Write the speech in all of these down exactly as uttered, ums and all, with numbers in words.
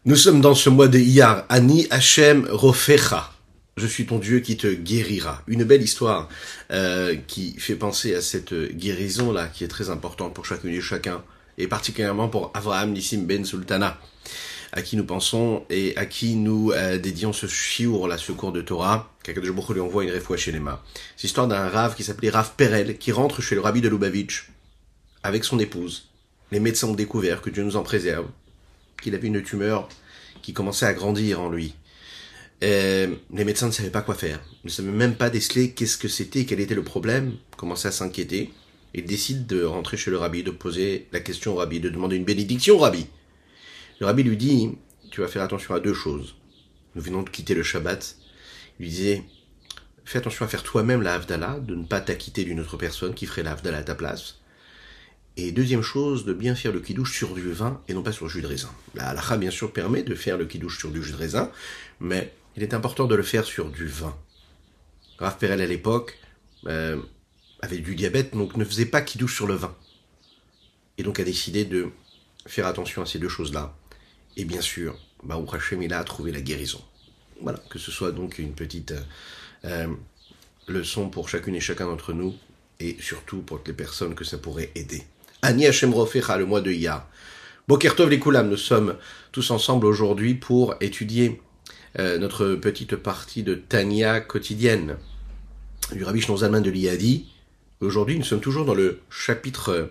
Nous sommes dans ce mois de Iyar, Ani Hashem Rofecha. Je suis ton Dieu qui te guérira. Une belle histoire euh, qui fait penser à cette guérison-là, qui est très importante pour chacune et chacun, et particulièrement pour Avraham Nissim Ben Sultana, à qui nous pensons et à qui nous euh, dédions ce shiur-là, ce cours de Torah, qu'Akadosh Baruch Hu lui envoie une réfoua chez Lema. C'est l'histoire d'un Rav qui s'appelait Rav Perel, qui rentre chez le Rabbi de Lubavitch avec son épouse. Les médecins ont découvert, que Dieu nous en préserve, qu'il avait une tumeur qui commençait à grandir en lui. Et les médecins ne savaient pas quoi faire. Ils ne savaient même pas déceler qu'est-ce que c'était, quel était le problème, commençaient à s'inquiéter. Ils décident de rentrer chez le Rabbi, de poser la question au Rabbi, de demander une bénédiction au Rabbi. Le Rabbi lui dit, tu vas faire attention à deux choses. Nous venons de quitter le Shabbat. Il lui disait, fais attention à faire toi-même la Havdalah, de ne pas t'acquitter d'une autre personne qui ferait la Havdalah à ta place. Et deuxième chose, de bien faire le kidouche sur du vin et non pas sur le jus de raisin. La halakha, bien sûr, permet de faire le kidouche sur du jus de raisin, mais il est important de le faire sur du vin. Rav Perel, à l'époque, euh, avait du diabète, donc ne faisait pas kidouche sur le vin. Et donc a décidé de faire attention à ces deux choses-là. Et bien sûr, Baruch Hashem, il a trouvé la guérison. Voilà, que ce soit donc une petite euh, leçon pour chacune et chacun d'entre nous, et surtout pour les personnes que ça pourrait aider. Ani Hashem Rofecha, le mois de Iyar. Boker Tov les Koulam, nous sommes tous ensemble aujourd'hui pour étudier euh, notre petite partie de Tanya quotidienne du Rabbi Shlomo Zalman de Liadi. Aujourd'hui, nous sommes toujours dans le chapitre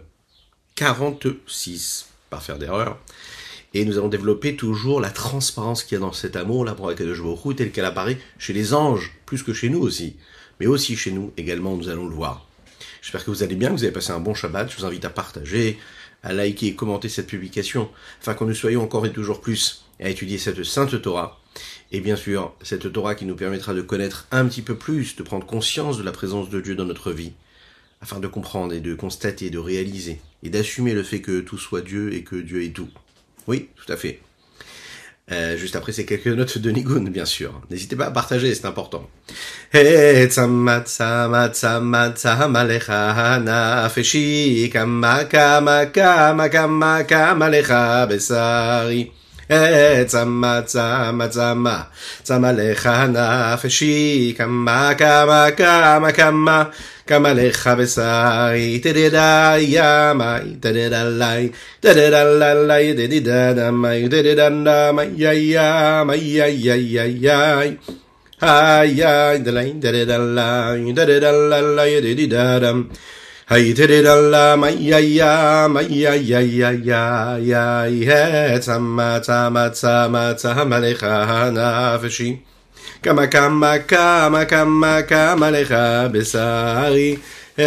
quarante-six, par faire d'erreur, et nous allons développer toujours la transparence qu'il y a dans cet amour-là pour Akadosh Baruch Hu, telle qu'elle apparaît chez les anges, plus que chez nous aussi, mais aussi chez nous également, nous allons le voir. J'espère que vous allez bien, que vous avez passé un bon Shabbat. Je vous invite à partager, à liker et commenter cette publication, afin que nous soyons encore et toujours plus à étudier cette sainte Torah. Et bien sûr, cette Torah qui nous permettra de connaître un petit peu plus, de prendre conscience de la présence de Dieu dans notre vie, afin de comprendre et de constater, de réaliser, et d'assumer le fait que tout soit Dieu et que Dieu est tout. Oui, tout à fait. Euh, juste après, c'est quelques notes de Nigun, bien sûr. N'hésitez pas à partager, c'est important. Hey, tzama, tzama, tzama, tzama, lecha, nafeshi, kama, kama, kama, kama, kama, lecha, besari. Hey, tzama, tzama, tzama, tzama, lecha, nafeshi, kama, kama, kama, kama, kama, lecha, besari. Tededa, yamai, tededa, lai, tededa, lai, tededa, mai, tededa, mai, yai, mai, yai, yai, yai, yai. Ay, ay, da la, da da la, da da la, la, da da da. Ay, da da la, my, ya, ya, my, ya, ya, ya, ya, ya, ya, tama, tama, tama, tama, lecha, nafeshi. Kama, kama, kama, kama, kama, lecha, besari.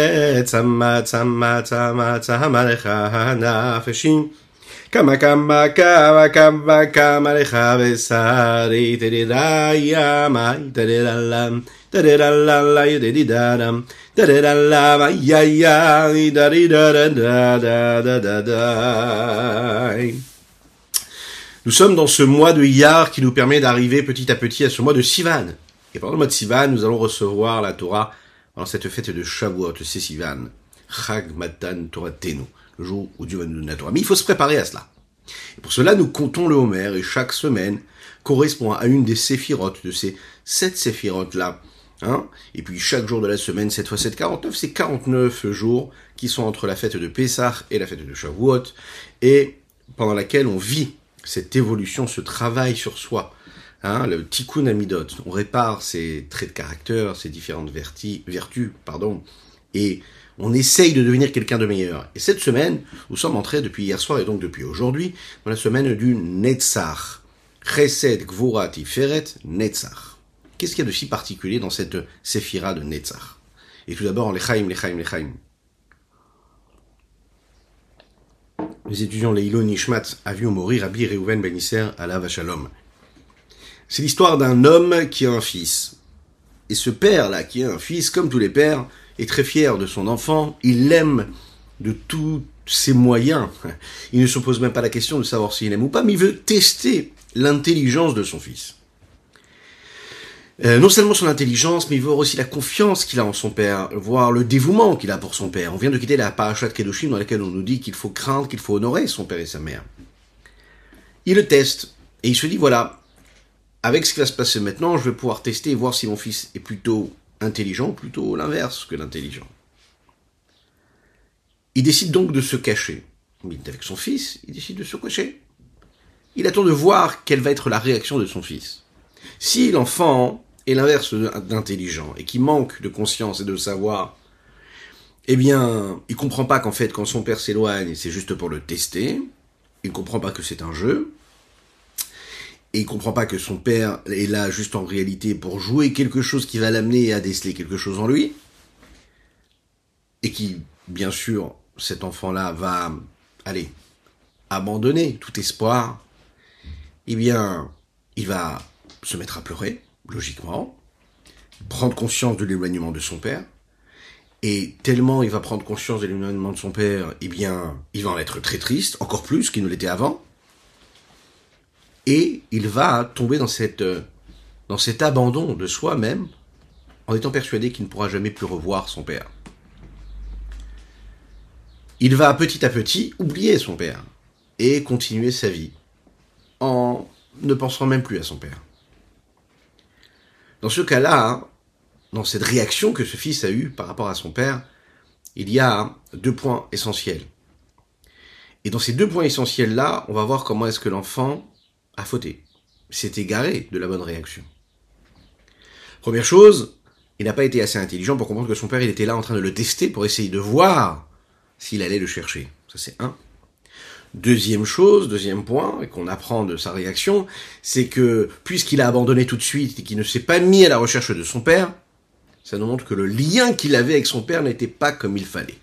Tama, tama, tama, tama, lecha, nafeshi. Kama kama kama kama kama lecha besari tedida yamai tedida lam tedida la la tedida dam tedida la ya ya tedida da da da da da. Nous sommes dans ce mois de Iyar qui nous permet d'arriver petit à petit à ce mois de Sivan. Et pendant le mois de Sivan, nous allons recevoir la Torah dans cette fête de Shavuot, c'est Sivan. Chag Matan Toratenu. Le jour où Dieu va nous donner la Torah. Mais il faut se préparer à cela. Et pour cela, nous comptons le Homer, et chaque semaine correspond à une des séphirotes, de ces sept séphirotes-là. Hein, et puis chaque jour de la semaine, sept fois sept, quarante-neuf, c'est quarante-neuf jours qui sont entre la fête de Pessah et la fête de Shavuot, et pendant laquelle on vit cette évolution, ce travail sur soi. Hein, le tikkun amidot, on répare ses traits de caractère, ses différentes verti, vertus, pardon, et on essaye de devenir quelqu'un de meilleur. Et cette semaine, nous sommes entrés depuis hier soir et donc depuis aujourd'hui, dans la semaine du Netzach. Chesed, Gvura, Tiferet, Netzach. Qu'est-ce qu'il y a de si particulier dans cette séphira de Netzach? Et tout d'abord, Lechaim, Lechaim, Lechaim. Les étudiants Leilo Nishmat a vu mourir Rabbi Reuven Ben Isser Alav Shalom. C'est l'histoire d'un homme qui a un fils. Et ce père-là, qui a un fils, comme tous les pères, est très fier de son enfant, il l'aime de tous ses moyens. Il ne se pose même pas la question de savoir s'il aime ou pas, mais il veut tester l'intelligence de son fils. Euh, non seulement son intelligence, mais il veut voir aussi la confiance qu'il a en son père, voir le dévouement qu'il a pour son père. On vient de quitter la parashat Kedoshim dans laquelle on nous dit qu'il faut craindre, qu'il faut honorer son père et sa mère. Il le teste. Et il se dit, voilà, avec ce qui va se passer maintenant, je vais pouvoir tester et voir si mon fils est plutôt intelligent ou plutôt l'inverse que l'intelligent. Il décide donc de se cacher. Il est avec son fils, il décide de se cacher. Il attend de voir quelle va être la réaction de son fils. Si l'enfant est l'inverse d'intelligent et qui manque de conscience et de savoir, eh bien, il comprend pas qu'en fait, quand son père s'éloigne, c'est juste pour le tester. Il ne comprend pas que c'est un jeu. Et il comprend pas que son père est là juste en réalité pour jouer quelque chose qui va l'amener à déceler quelque chose en lui. Et qui, bien sûr, cet enfant-là va, aller abandonner tout espoir. Eh bien, il va se mettre à pleurer, logiquement, prendre conscience de l'éloignement de son père, et tellement il va prendre conscience de l'éloignement de son père, eh bien, il va en être très triste, encore plus qu'il ne l'était avant, et il va tomber dans cette, dans cet abandon de soi-même, en étant persuadé qu'il ne pourra jamais plus revoir son père. Il va petit à petit oublier son père, et continuer sa vie, en ne pensant même plus à son père. Dans ce cas-là, dans cette réaction que ce fils a eue par rapport à son père, il y a deux points essentiels. Et dans ces deux points essentiels-là, on va voir comment est-ce que l'enfant a fauté, s'est égaré de la bonne réaction. Première chose, il n'a pas été assez intelligent pour comprendre que son père, il était là en train de le tester pour essayer de voir s'il allait le chercher. Ça, c'est un. Deuxième chose, deuxième point, et qu'on apprend de sa réaction, c'est que, puisqu'il a abandonné tout de suite et qu'il ne s'est pas mis à la recherche de son père, ça nous montre que le lien qu'il avait avec son père n'était pas comme il fallait.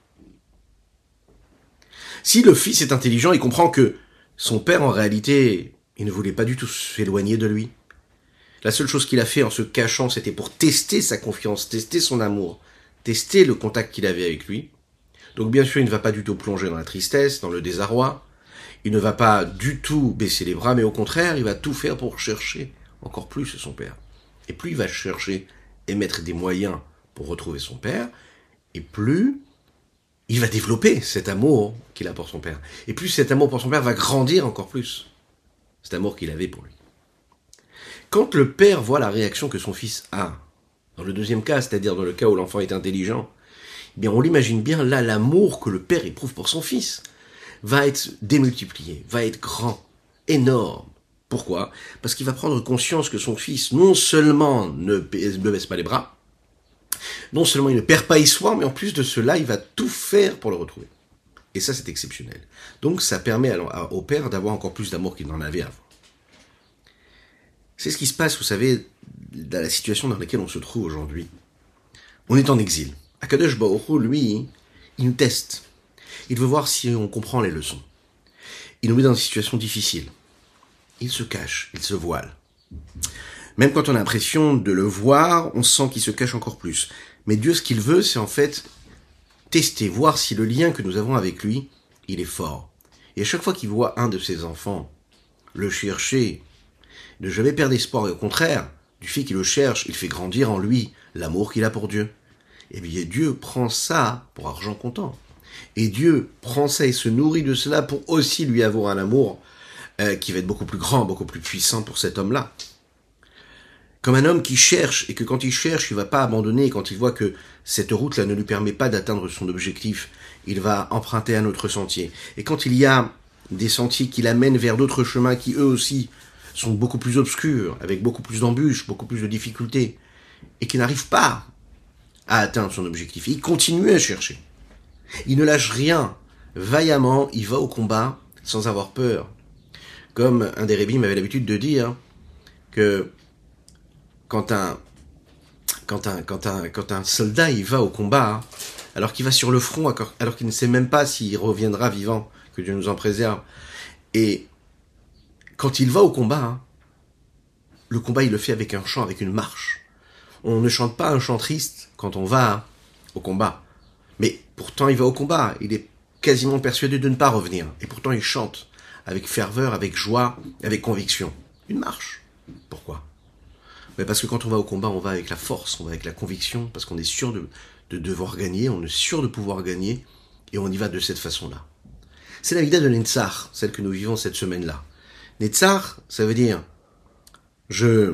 Si le fils est intelligent, il comprend que son père, en réalité, il ne voulait pas du tout s'éloigner de lui. La seule chose qu'il a fait en se cachant, c'était pour tester sa confiance, tester son amour, tester le contact qu'il avait avec lui. Donc bien sûr, il ne va pas du tout plonger dans la tristesse, dans le désarroi. Il ne va pas du tout baisser les bras, mais au contraire, il va tout faire pour chercher encore plus son père. Et plus il va chercher et mettre des moyens pour retrouver son père, et plus il va développer cet amour qu'il a pour son père. Et plus cet amour pour son père va grandir encore plus, cet amour qu'il avait pour lui. Quand le père voit la réaction que son fils a, dans le deuxième cas, c'est-à-dire dans le cas où l'enfant est intelligent, eh bien on l'imagine bien, là, l'amour que le père éprouve pour son fils va être démultiplié, va être grand, énorme. Pourquoi ? Parce qu'il va prendre conscience que son fils, non seulement ne baisse pas les bras, non seulement il ne perd pas espoir, mais en plus de cela, il va tout faire pour le retrouver. Et ça, c'est exceptionnel. Donc ça permet à, au père d'avoir encore plus d'amour qu'il n'en avait avant. C'est ce qui se passe, vous savez, dans la situation dans laquelle on se trouve aujourd'hui. On est en exil. Akadosh Baruch Hu, lui, il nous teste. Il veut voir si on comprend les leçons. Il nous met dans une situation difficile. Il se cache, il se voile. Même quand on a l'impression de le voir, on sent qu'il se cache encore plus. Mais Dieu, ce qu'il veut, c'est en fait tester, voir si le lien que nous avons avec lui, il est fort. Et à chaque fois qu'il voit un de ses enfants le chercher, ne jamais perdre espoir, et au contraire, du fait qu'il le cherche, il fait grandir en lui l'amour qu'il a pour Dieu. Et bien Dieu prend ça pour argent comptant. Et Dieu prend ça et se nourrit de cela pour aussi lui avoir un amour euh, qui va être beaucoup plus grand, beaucoup plus puissant pour cet homme-là. Comme un homme qui cherche, et que quand il cherche, il ne va pas abandonner, et quand il voit que cette route-là ne lui permet pas d'atteindre son objectif, il va emprunter un autre sentier. Et quand il y a des sentiers qui l'amènent vers d'autres chemins qui, eux aussi, sont beaucoup plus obscurs, avec beaucoup plus d'embûches, beaucoup plus de difficultés, et qui n'arrivent pas à atteindre son objectif. Il continue à chercher. Il ne lâche rien. Vaillamment, il va au combat sans avoir peur. Comme un des rabbins avait l'habitude de dire que quand un, quand un, quand un, quand un soldat il va au combat, alors qu'il va sur le front, alors qu'il ne sait même pas s'il reviendra vivant, que Dieu nous en préserve, et quand il va au combat, le combat il le fait avec un chant, avec une marche. On ne chante pas un chant triste quand on va au combat. Mais pourtant, il va au combat. Il est quasiment persuadé de ne pas revenir. Et pourtant, il chante avec ferveur, avec joie, avec conviction. Une marche. Pourquoi ? Mais parce que quand on va au combat, on va avec la force, on va avec la conviction, parce qu'on est sûr de, de devoir gagner, on est sûr de pouvoir gagner, et on y va de cette façon-là. C'est la vida de l'Ensar, celle que nous vivons cette semaine-là. Netzach, ça veut dire je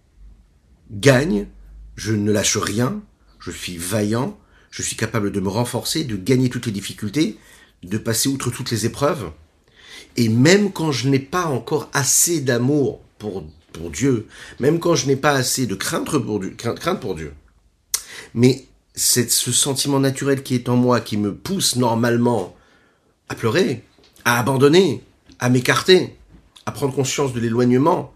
gagne, je ne lâche rien, je suis vaillant, je suis capable de me renforcer, de gagner toutes les difficultés, de passer outre toutes les épreuves. Et même quand je n'ai pas encore assez d'amour pour, pour Dieu, même quand je n'ai pas assez de crainte pour Dieu, crainte pour Dieu, mais c'est ce sentiment naturel qui est en moi, qui me pousse normalement à pleurer, à abandonner, à m'écarter, à prendre conscience de l'éloignement,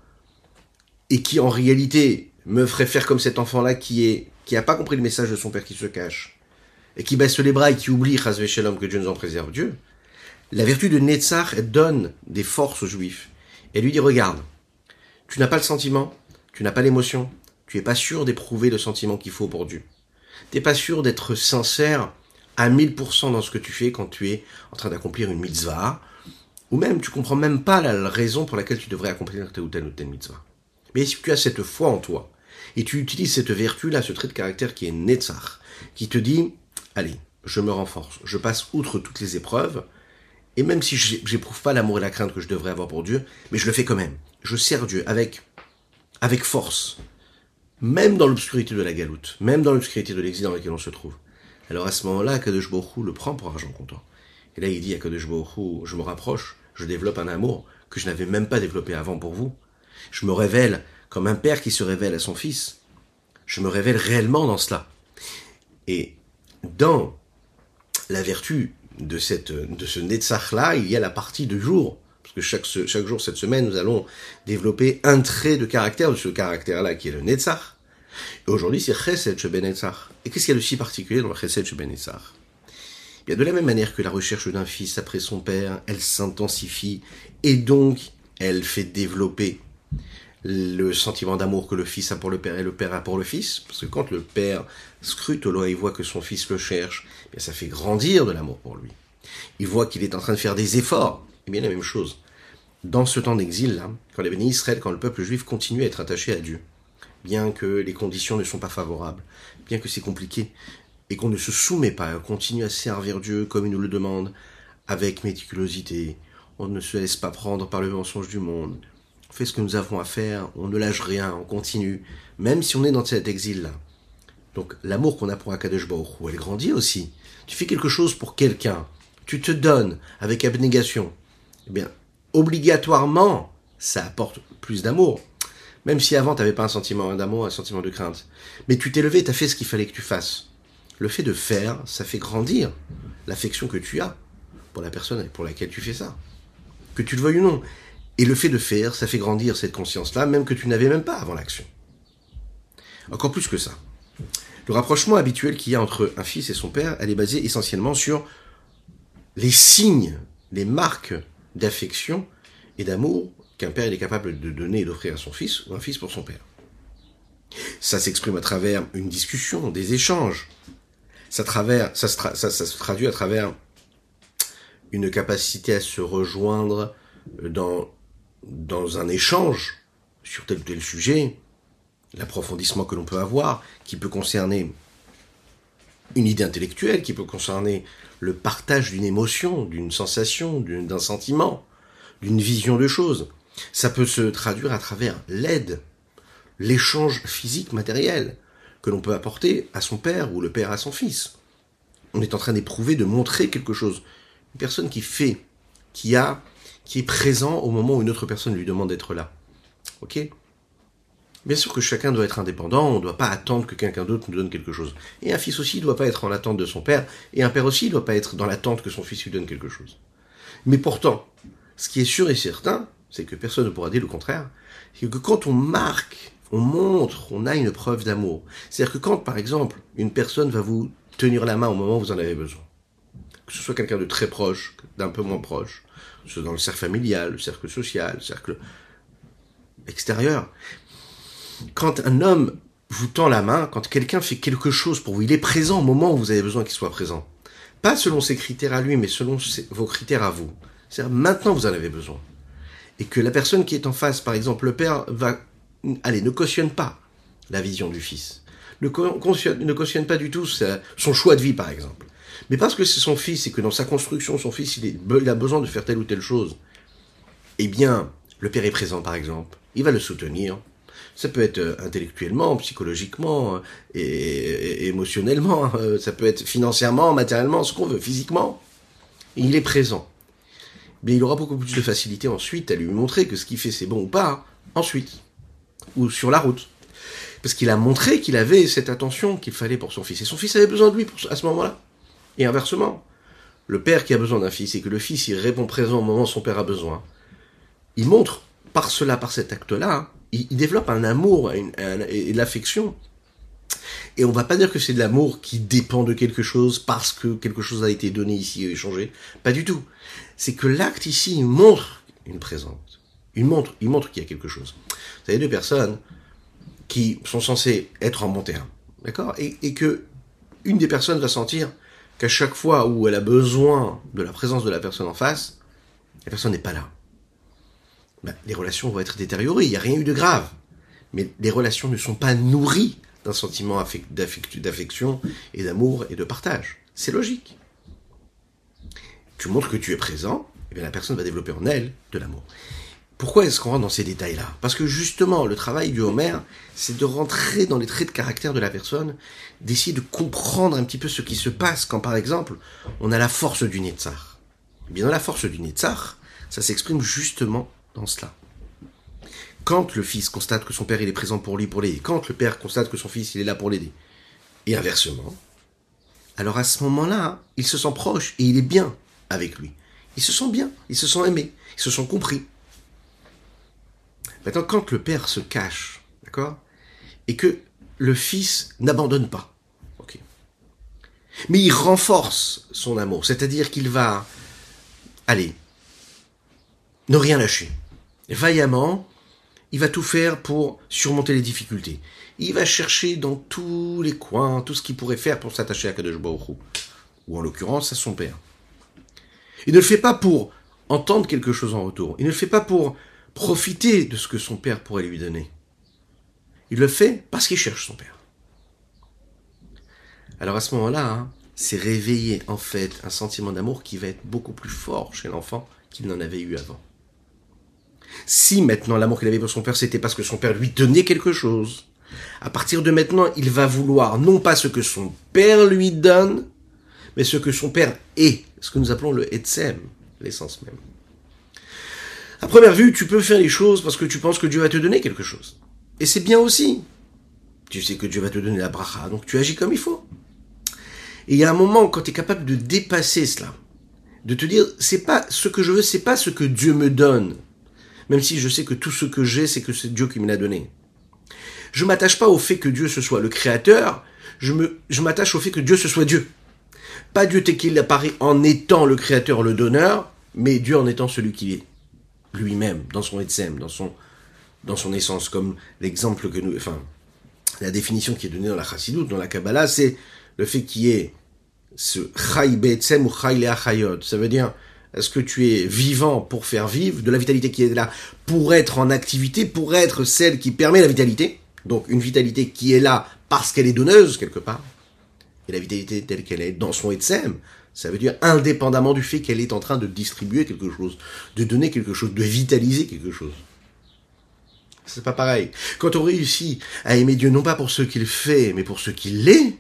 et qui en réalité me ferait faire comme cet enfant-là qui est qui n'a pas compris le message de son père qui se cache, et qui baisse les bras et qui oublie, chas v'shalom, que Dieu nous en préserve, Dieu. La vertu de Netzach, elle donne des forces aux Juifs. Elle lui dit, regarde, tu n'as pas le sentiment, tu n'as pas l'émotion, tu n'es pas sûr d'éprouver le sentiment qu'il faut pour Dieu. Tu n'es pas sûr d'être sincère à mille pour cent dans ce que tu fais quand tu es en train d'accomplir une mitzvah, ou même tu comprends même pas la raison pour laquelle tu devrais accomplir telle ou telle ou telle mitzvah. Mais si tu as cette foi en toi, et tu utilises cette vertu-là, ce trait de caractère qui est Netzach, qui te dit, allez, je me renforce, je passe outre toutes les épreuves, et même si j'éprouve pas l'amour et la crainte que je devrais avoir pour Dieu, mais je le fais quand même. Je sers Dieu avec, avec force, même dans l'obscurité de la galoute, même dans l'obscurité de l'exil dans lequel on se trouve. Alors à ce moment-là, Akadosh Baruch Hu le prend pour argent comptant. Et là il dit, Akadosh Baruch Hu, je me rapproche, je développe un amour que je n'avais même pas développé avant pour vous. Je me révèle comme un père qui se révèle à son fils. Je me révèle réellement dans cela. Et dans la vertu de cette, de ce Netzach-là, il y a la partie de jour. Parce que chaque, chaque jour, cette semaine, nous allons développer un trait de caractère de ce caractère-là qui est le Netzach. Et aujourd'hui, c'est Chesed Sheben Netzach. Et qu'est-ce qu'il y a de si particulier dans le Chesed Sheben Netzach? Bien, de la même manière que la recherche d'un fils après son père, elle s'intensifie et donc elle fait développer le sentiment d'amour que le fils a pour le père et le père a pour le fils, parce que quand le père scrute au loin et voit que son fils le cherche, bien ça fait grandir de l'amour pour lui. Il voit qu'il est en train de faire des efforts. Et bien la même chose. Dans ce temps d'exil-là, quand les bénis Israël, quand le peuple juif continue à être attaché à Dieu, bien que les conditions ne sont pas favorables, bien que c'est compliqué, et qu'on ne se soumet pas, on continue à servir Dieu comme il nous le demande, avec méticulosité, on ne se laisse pas prendre par le mensonge du monde, on fait ce que nous avons à faire, on ne lâche rien, on continue, même si on est dans cet exil-là. Donc l'amour qu'on a pour Akadosh Baruch Hu, elle grandit aussi. Tu fais quelque chose pour quelqu'un, tu te donnes avec abnégation, eh bien, obligatoirement, ça apporte plus d'amour. Même si avant, tu n'avais pas un sentiment d'amour, un sentiment de crainte. Mais tu t'es levé, tu as fait ce qu'il fallait que tu fasses. Le fait de faire, ça fait grandir l'affection que tu as pour la personne pour laquelle tu fais ça. Que tu le veuilles ou non. Et le fait de faire, ça fait grandir cette conscience-là, même que tu n'avais même pas avant l'action. Encore plus que ça. Le rapprochement habituel qu'il y a entre un fils et son père, elle est basée essentiellement sur les signes, les marques d'affection et d'amour qu'un père est capable de donner et d'offrir à son fils, ou un fils pour son père. Ça s'exprime à travers une discussion, des échanges. Ça, travers, ça, se, tra- ça, ça se traduit à travers une capacité à se rejoindre dans, dans un échange sur tel ou tel sujet, l'approfondissement que l'on peut avoir, qui peut concerner une idée intellectuelle, qui peut concerner le partage d'une émotion, d'une sensation, d'une, d'un sentiment, d'une vision de choses. Ça peut se traduire à travers l'aide, l'échange physique, matériel, que l'on peut apporter à son père ou le père à son fils. On est en train d'éprouver, de montrer quelque chose. Une personne qui fait, qui a, qui est présent au moment où une autre personne lui demande d'être là. Ok ? Bien sûr que chacun doit être indépendant, on ne doit pas attendre que quelqu'un d'autre nous donne quelque chose. Et un fils aussi ne doit pas être en attente de son père, et un père aussi ne doit pas être dans l'attente que son fils lui donne quelque chose. Mais pourtant, ce qui est sûr et certain, c'est que personne ne pourra dire le contraire, c'est que quand on marque, on montre, on a une preuve d'amour. C'est-à-dire que quand, par exemple, une personne va vous tenir la main au moment où vous en avez besoin, que ce soit quelqu'un de très proche, d'un peu moins proche, que ce soit dans le cercle familial, le cercle social, le cercle extérieur, quand un homme vous tend la main, quand quelqu'un fait quelque chose pour vous, il est présent au moment où vous avez besoin qu'il soit présent. Pas selon ses critères à lui, mais selon ses, vos critères à vous. C'est-à-dire, maintenant vous en avez besoin. Et que la personne qui est en face, par exemple, le père, va, allez, ne cautionne pas la vision du fils. Ne, cautionne, ne cautionne pas du tout sa, son choix de vie, par exemple. Mais parce que c'est son fils et que dans sa construction, son fils, il, est, il a besoin de faire telle ou telle chose, eh bien, le père est présent par exemple, il va le soutenir. Ça peut être euh, intellectuellement, psychologiquement, euh, et, et, et émotionnellement, euh, ça peut être financièrement, matériellement, ce qu'on veut, physiquement. Il est présent. Mais il aura beaucoup plus de facilité ensuite à lui montrer que ce qu'il fait c'est bon ou pas, ensuite, ou sur la route. Parce qu'il a montré qu'il avait cette attention qu'il fallait pour son fils. Et son fils avait besoin de lui pour, à ce moment-là. Et inversement, le père qui a besoin d'un fils et que le fils il répond présent au moment où son père a besoin, il montre par cela, par cet acte-là, il, il développe un amour une, un, et de l'affection. Et on va pas dire que c'est de l'amour qui dépend de quelque chose parce que quelque chose a été donné ici et échangé. Pas du tout. C'est que l'acte ici il montre une présence. Il montre, il montre qu'il y a quelque chose. Vous avez deux personnes qui sont censées être en bon terme, d'accord, et, et que une des personnes va sentir qu'à chaque fois où elle a besoin de la présence de la personne en face, la personne n'est pas là. Ben, les relations vont être détériorées, il n'y a rien eu de grave. Mais les relations ne sont pas nourries d'un sentiment d'affection et d'amour et de partage. C'est logique. Tu montres que tu es présent, et bien la personne va développer en elle de l'amour. Pourquoi est-ce qu'on rentre dans ces détails-là? Parce que justement, le travail du Homer, c'est de rentrer dans les traits de caractère de la personne, d'essayer de comprendre un petit peu ce qui se passe quand, par exemple, on a la force du Netzar. Eh bien, dans la force du Netzar, ça s'exprime justement dans cela. Quand le fils constate que son père il est présent pour lui, pour l'aider, quand le père constate que son fils il est là pour l'aider, et inversement, alors à ce moment-là, il se sent proche et il est bien avec lui. Il se sent bien, il se sent aimé, il se sent compris. Maintenant, quand le père se cache, d'accord, et que le fils n'abandonne pas, ok, mais il renforce son amour, c'est-à-dire qu'il va, allez, ne rien lâcher, vaillamment, il va tout faire pour surmonter les difficultés. Il va chercher dans tous les coins tout ce qu'il pourrait faire pour s'attacher à Kadosh Baruch Hu, ou en l'occurrence à son père. Il ne le fait pas pour entendre quelque chose en retour, il ne le fait pas pour profiter de ce que son père pourrait lui donner. Il le fait parce qu'il cherche son père. Alors à ce moment-là, hein, c'est réveiller en fait un sentiment d'amour qui va être beaucoup plus fort chez l'enfant qu'il n'en avait eu avant. Si maintenant l'amour qu'il avait pour son père c'était parce que son père lui donnait quelque chose, à partir de maintenant il va vouloir non pas ce que son père lui donne, mais ce que son père est, ce que nous appelons le Etzem, l'essence même. À première vue, tu peux faire les choses parce que tu penses que Dieu va te donner quelque chose. Et c'est bien aussi. Tu sais que Dieu va te donner la bracha, donc tu agis comme il faut. Et il y a un moment quand tu es capable de dépasser cela, de te dire, c'est pas ce que je veux, c'est pas ce que Dieu me donne. Même si je sais que tout ce que j'ai, c'est que c'est Dieu qui me l'a donné. Je m'attache pas au fait que Dieu ce soit le créateur, je me, je m'attache au fait que Dieu ce soit Dieu. Pas Dieu tel qu'il apparaît en étant le créateur, le donneur, mais Dieu en étant celui qu'il est. Lui-même, dans son etzem, dans son, dans son essence, comme l'exemple que nous, enfin, la définition qui est donnée dans la Chassidut, dans la Kabbalah, c'est le fait qu'il y ait ce chai be'etzem ou chai le'achayot. Ça veut dire, est-ce que tu es vivant pour faire vivre, de la vitalité qui est là, pour être en activité, pour être celle qui permet la vitalité, donc une vitalité qui est là parce qu'elle est donneuse, quelque part, et la vitalité telle qu'elle est dans son etzem, ça veut dire indépendamment du fait qu'elle est en train de distribuer quelque chose, de donner quelque chose, de vitaliser quelque chose. C'est pas pareil. Quand on réussit à aimer Dieu non pas pour ce qu'il fait, mais pour ce qu'il est,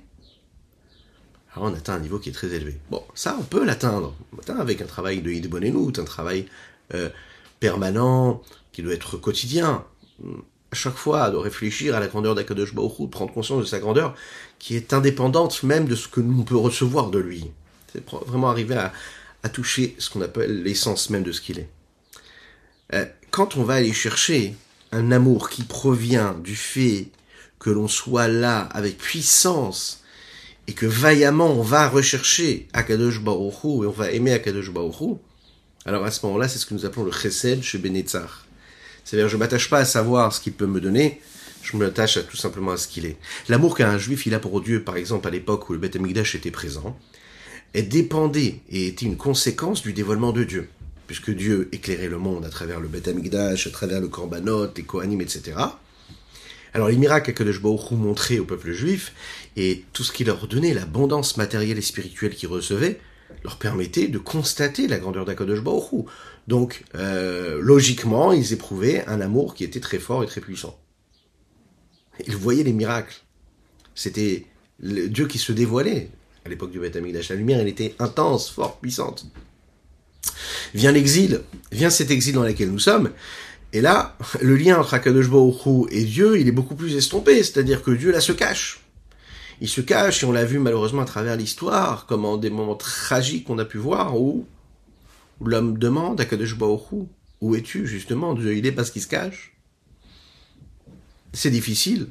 alors on atteint un niveau qui est très élevé. Bon, ça on peut l'atteindre. On l'atteint avec un travail de Hidbonenout, un travail euh, permanent, qui doit être quotidien. À chaque fois, de réfléchir à la grandeur d'Akadosh Baruch Hu, de prendre conscience de sa grandeur, qui est indépendante même de ce que nous pouvons recevoir de lui. C'est vraiment arriver à, à toucher ce qu'on appelle l'essence même de ce qu'il est. Euh, quand on va aller chercher un amour qui provient du fait que l'on soit là avec puissance et que vaillamment on va rechercher Akadosh Baruch Hu et on va aimer Akadosh Baruch Hu, alors à ce moment-là, c'est ce que nous appelons le chesed chez Benetzar. C'est-à-dire, je ne m'attache pas à savoir ce qu'il peut me donner, je m'attache à tout simplement à ce qu'il est. L'amour qu'un juif il a pour Dieu, par exemple à l'époque où le Beth Amikdash était présent, elle dépendait et était une conséquence du dévoilement de Dieu. Puisque Dieu éclairait le monde à travers le Beth Amikdash, à travers le Korbanot, les Kohanim, et cetera. Alors les miracles qu'Akadosh Baruch Hu montrait au peuple juif, et tout ce qu'il leur donnait, l'abondance matérielle et spirituelle qu'ils recevaient, leur permettait de constater la grandeur d'Akadosh Baruch Hu. Donc, euh, logiquement, ils éprouvaient un amour qui était très fort et très puissant. Ils voyaient les miracles. C'était le Dieu qui se dévoilait à l'époque du Beth Amikdash. La lumière, elle était intense, forte, puissante. Vient l'exil, vient cet exil dans lequel nous sommes, et là, le lien entre Akadosh Baruch Hu et Dieu, il est beaucoup plus estompé, c'est-à-dire que Dieu là se cache. Il se cache, et on l'a vu malheureusement à travers l'histoire, comme en des moments tragiques qu'on a pu voir, où, où l'homme demande à Akadosh Baruch Hu, où es-tu justement? Dieu, il est parce qu'il se cache. C'est difficile.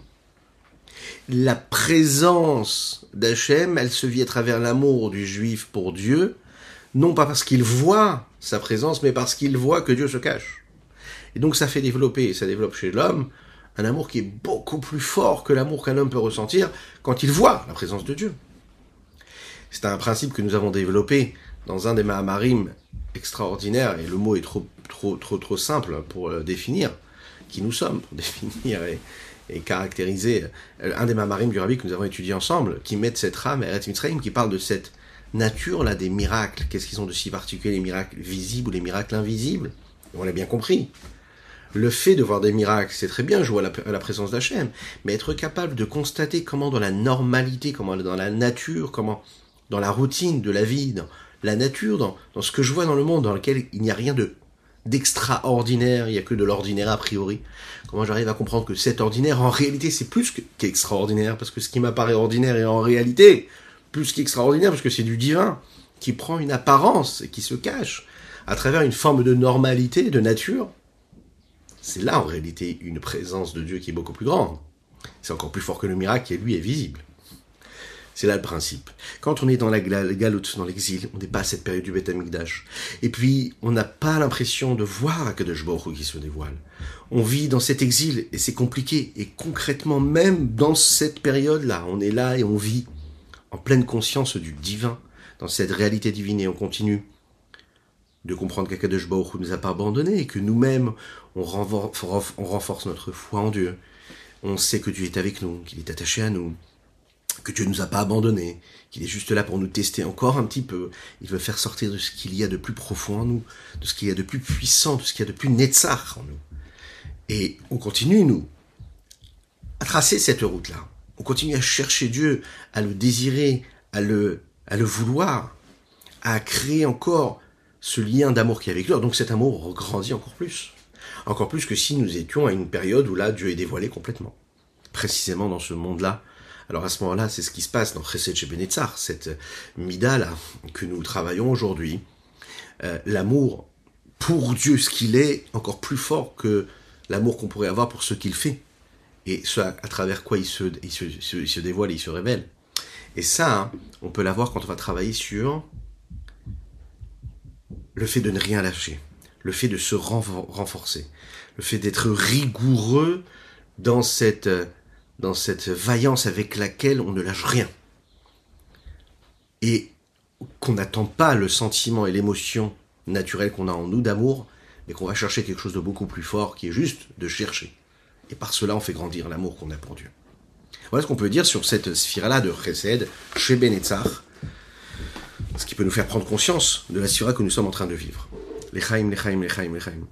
La présence d'Hachem, elle se vit à travers l'amour du juif pour Dieu, non pas parce qu'il voit sa présence, mais parce qu'il voit que Dieu se cache. Et donc ça fait développer, ça développe chez l'homme, un amour qui est beaucoup plus fort que l'amour qu'un homme peut ressentir quand il voit la présence de Dieu. C'est un principe que nous avons développé dans un des Mahamarim extraordinaires, et le mot est trop, trop, trop, trop simple pour le définir, qui nous sommes, pour définir et, et caractériser un des Mahamarim du Rabbi que nous avons étudié ensemble, qui met cette rame, Eretz Mitzrayim, qui parle de cette nature là des miracles. Qu'est-ce qu'ils ont de si particulier, les miracles visibles ou les miracles invisibles? On l'a bien compris. Le fait de voir des miracles, c'est très bien, jouer à la, à la présence d'Hachem, mais être capable de constater comment dans la normalité, comment dans la nature, comment dans la routine de la vie, dans la nature, dans, dans ce que je vois dans le monde, dans lequel il n'y a rien de d'extraordinaire, il n'y a que de l'ordinaire a priori. Comment j'arrive à comprendre que cet ordinaire, en réalité, c'est plus qu'extraordinaire, parce que ce qui m'apparaît ordinaire est en réalité plus qu'extraordinaire, parce que c'est du divin, qui prend une apparence et qui se cache à travers une forme de normalité, de nature. C'est là, en réalité, une présence de Dieu qui est beaucoup plus grande. C'est encore plus fort que le miracle qui, lui, est visible. C'est là le principe. Quand on est dans la galoute, dans l'exil, on n'est pas à cette période du Beth Amikdash. Et puis, on n'a pas l'impression de voir Akadosh Baruch Hu qui se dévoile. On vit dans cet exil, et c'est compliqué. Et concrètement, même dans cette période-là, on est là et on vit en pleine conscience du divin, dans cette réalité divine, et on continue de comprendre qu'Akadosh Baruch Hu ne nous a pas abandonnés, et que nous-mêmes, on renforce, on renforce notre foi en Dieu. On sait que Dieu est avec nous, qu'il est attaché à nous, que Dieu ne nous a pas abandonnés, qu'il est juste là pour nous tester encore un petit peu. Il veut faire sortir de ce qu'il y a de plus profond en nous, de ce qu'il y a de plus puissant, de ce qu'il y a de plus netzach en nous. Et on continue, nous, à tracer cette route-là. On continue à chercher Dieu, à le désirer, à le, à le vouloir, à créer encore ce lien d'amour qui est avec lui. Donc cet amour grandit encore plus. Encore plus que si nous étions à une période où là, Dieu est dévoilé complètement. Précisément dans ce monde-là. Alors à ce moment-là, c'est ce qui se passe dans Chesed chez Benetzar, cette mida-là que nous travaillons aujourd'hui. Euh, l'amour pour Dieu, ce qu'il est, encore plus fort que l'amour qu'on pourrait avoir pour ce qu'il fait. Et ce à, à travers quoi il se, il, se, il, se, il se dévoile, il se révèle. Et ça, hein, on peut l'avoir quand on va travailler sur le fait de ne rien lâcher, le fait de se renforcer, le fait d'être rigoureux dans cette, dans cette vaillance avec laquelle on ne lâche rien. Et qu'on n'attend pas le sentiment et l'émotion naturelle qu'on a en nous d'amour, mais qu'on va chercher quelque chose de beaucoup plus fort qui est juste de chercher. Et par cela, on fait grandir l'amour qu'on a pour Dieu. Voilà ce qu'on peut dire sur cette sphira-là de Chesed, chez Benetzar, ce qui peut nous faire prendre conscience de la sphira que nous sommes en train de vivre. L'Echaim, l'Echaim, l'Echaim, l'Echaim.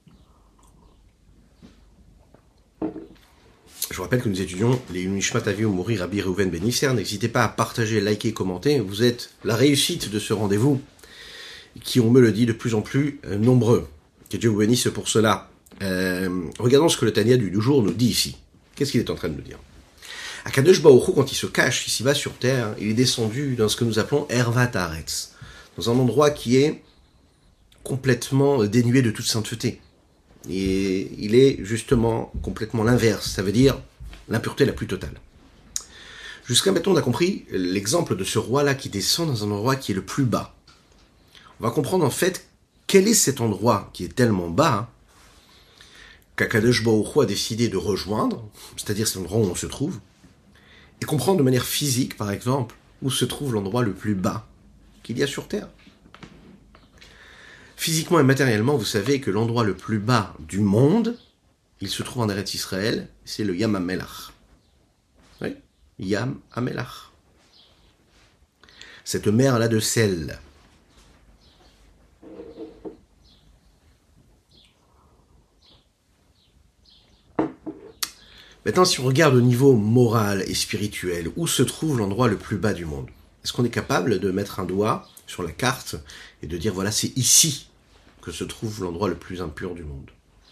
Je vous rappelle que nous étudions les Nishmat Avi Umori Rabbi Reuven Ben Isser. N'hésitez pas à partager, liker, commenter. Vous êtes la réussite de ce rendez-vous qui, on me le dit, de plus en plus euh, nombreux. Que Dieu vous bénisse pour cela. Euh, regardons ce que le Tanya du jour nous dit ici. Qu'est-ce qu'il est en train de nous dire? Akadosh Baruch Hu, quand il se cache ici-bas sur terre, il est descendu dans ce que nous appelons Ervat Haaretz, dans un endroit qui est complètement dénué de toute sainteté. Et il est justement complètement l'inverse, ça veut dire l'impureté la plus totale. Jusqu'à maintenant, on a compris l'exemple de ce roi-là qui descend dans un endroit qui est le plus bas. On va comprendre en fait quel est cet endroit qui est tellement bas qu'Akadosh Baruch Hu a décidé de rejoindre, c'est-à-dire cet endroit où on se trouve, et comprendre de manière physique, par exemple, où se trouve l'endroit le plus bas qu'il y a sur Terre. Physiquement et matériellement, vous savez que l'endroit le plus bas du monde, il se trouve en Eretz Israël, c'est le Yam HaMelach. Oui, Yam HaMelach. Cette mer-là de sel. Maintenant, si on regarde au niveau moral et spirituel, où se trouve l'endroit le plus bas du monde? Est-ce qu'on est capable de mettre un doigt sur la carte et de dire, voilà, c'est ici que se trouve l'endroit le plus impur du monde?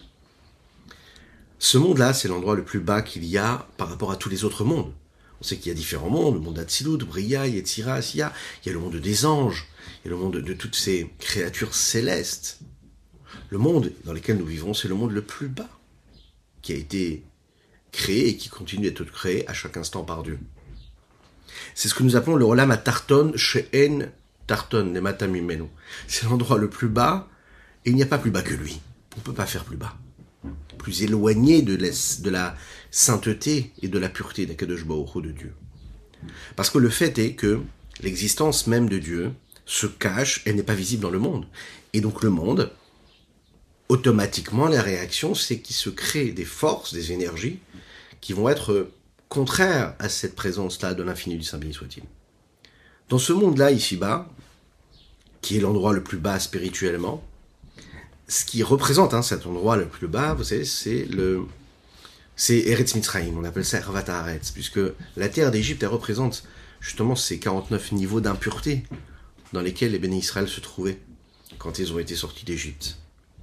Ce monde-là, c'est l'endroit le plus bas qu'il y a par rapport à tous les autres mondes. On sait qu'il y a différents mondes, le monde d'Atsilut, Bria, Yetzira, Asiya, il y a le monde des anges, il y a le monde de toutes ces créatures célestes. Le monde dans lequel nous vivons, c'est le monde le plus bas, qui a été créé et qui continue d'être créé à chaque instant par Dieu. C'est ce que nous appelons le Olam HaTarton, She'en Tarton, Lemata Mimenu. C'est l'endroit le plus bas, et il n'y a pas plus bas que lui. On ne peut pas faire plus bas. Plus éloigné de la, de la sainteté et de la pureté d'Akadosh Baruch Hu, de Dieu. Parce que le fait est que l'existence même de Dieu se cache, elle n'est pas visible dans le monde. Et donc le monde, automatiquement, la réaction, c'est qu'il se crée des forces, des énergies, qui vont être contraires à cette présence-là de l'infini du Saint béni soit-il. Dans ce monde-là, ici-bas, qui est l'endroit le plus bas spirituellement, ce qui représente hein, cet endroit le plus bas, vous savez, c'est le, c'est Eretz Mitzrayim, on appelle ça Ervat Haaretz, puisque la terre d'Égypte, elle représente justement ces quarante-neuf niveaux d'impureté dans lesquels les bénis Israël se trouvaient quand ils ont été sortis d'Égypte.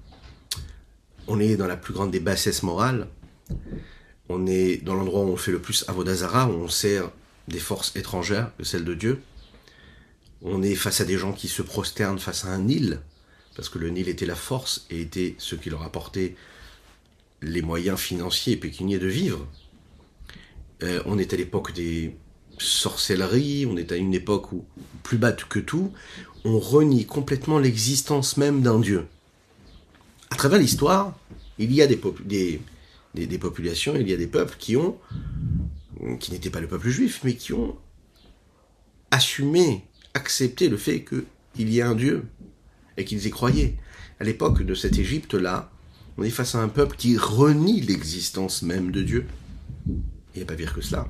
On est dans la plus grande des bassesses morales, on est dans l'endroit où on fait le plus Avodah Zara, où on sert des forces étrangères que celles de Dieu. On est face à des gens qui se prosternent face à un Nil, parce que le Nil était la force et était ce qui leur apportait les moyens financiers et pécuniaires de vivre. Euh, on est à l'époque des sorcelleries, on est à une époque où, plus bas que tout, on renie complètement l'existence même d'un Dieu. À travers l'histoire, il y a des, pop- des, des, des populations, il y a des peuples qui ont, qui n'étaient pas le peuple juif, mais qui ont assumé, accepté le fait qu'il y a un Dieu, et qu'ils y croyaient. À l'époque de cette Égypte-là, on est face à un peuple qui renie l'existence même de Dieu. Il n'y a pas pire que cela.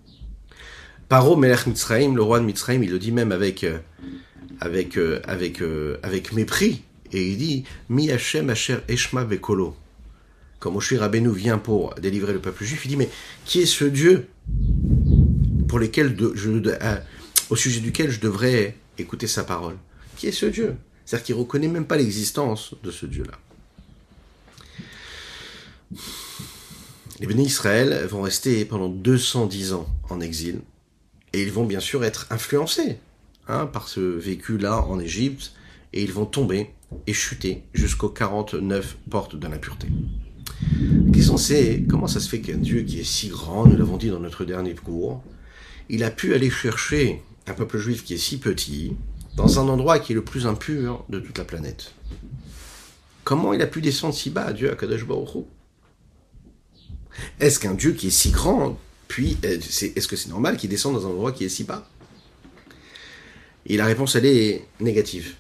Paro Melech Mitzrayim, le roi de Mitzrayim, il le dit même avec, avec, avec, avec mépris, et il dit « Mi Hashem Asher Eshma Bekolo ». Quand Moshe Rabbeinu vient pour délivrer le peuple juif, il dit « Mais qui est ce Dieu pour lesquels de, je, euh, au sujet duquel je devrais écouter sa parole? Qui est ce Dieu ?» C'est-à-dire qu'il ne reconnaît même pas l'existence de ce Dieu-là. Les bénis Israël vont rester pendant deux cent dix ans en exil, et ils vont bien sûr être influencés hein, par ce vécu-là en Égypte, et ils vont tomber et chuter jusqu'aux quarante-neuf portes de l'impureté. La question c'est, comment ça se fait qu'un Dieu qui est si grand, nous l'avons dit dans notre dernier cours, il a pu aller chercher un peuple juif qui est si petit, dans un endroit qui est le plus impur de toute la planète. Comment il a pu descendre si bas, Dieu, à Kadosh Baruch Hu? Est-ce qu'un Dieu qui est si grand, puis est-ce que c'est normal qu'il descende dans un endroit qui est si bas? Et la réponse, elle est négative.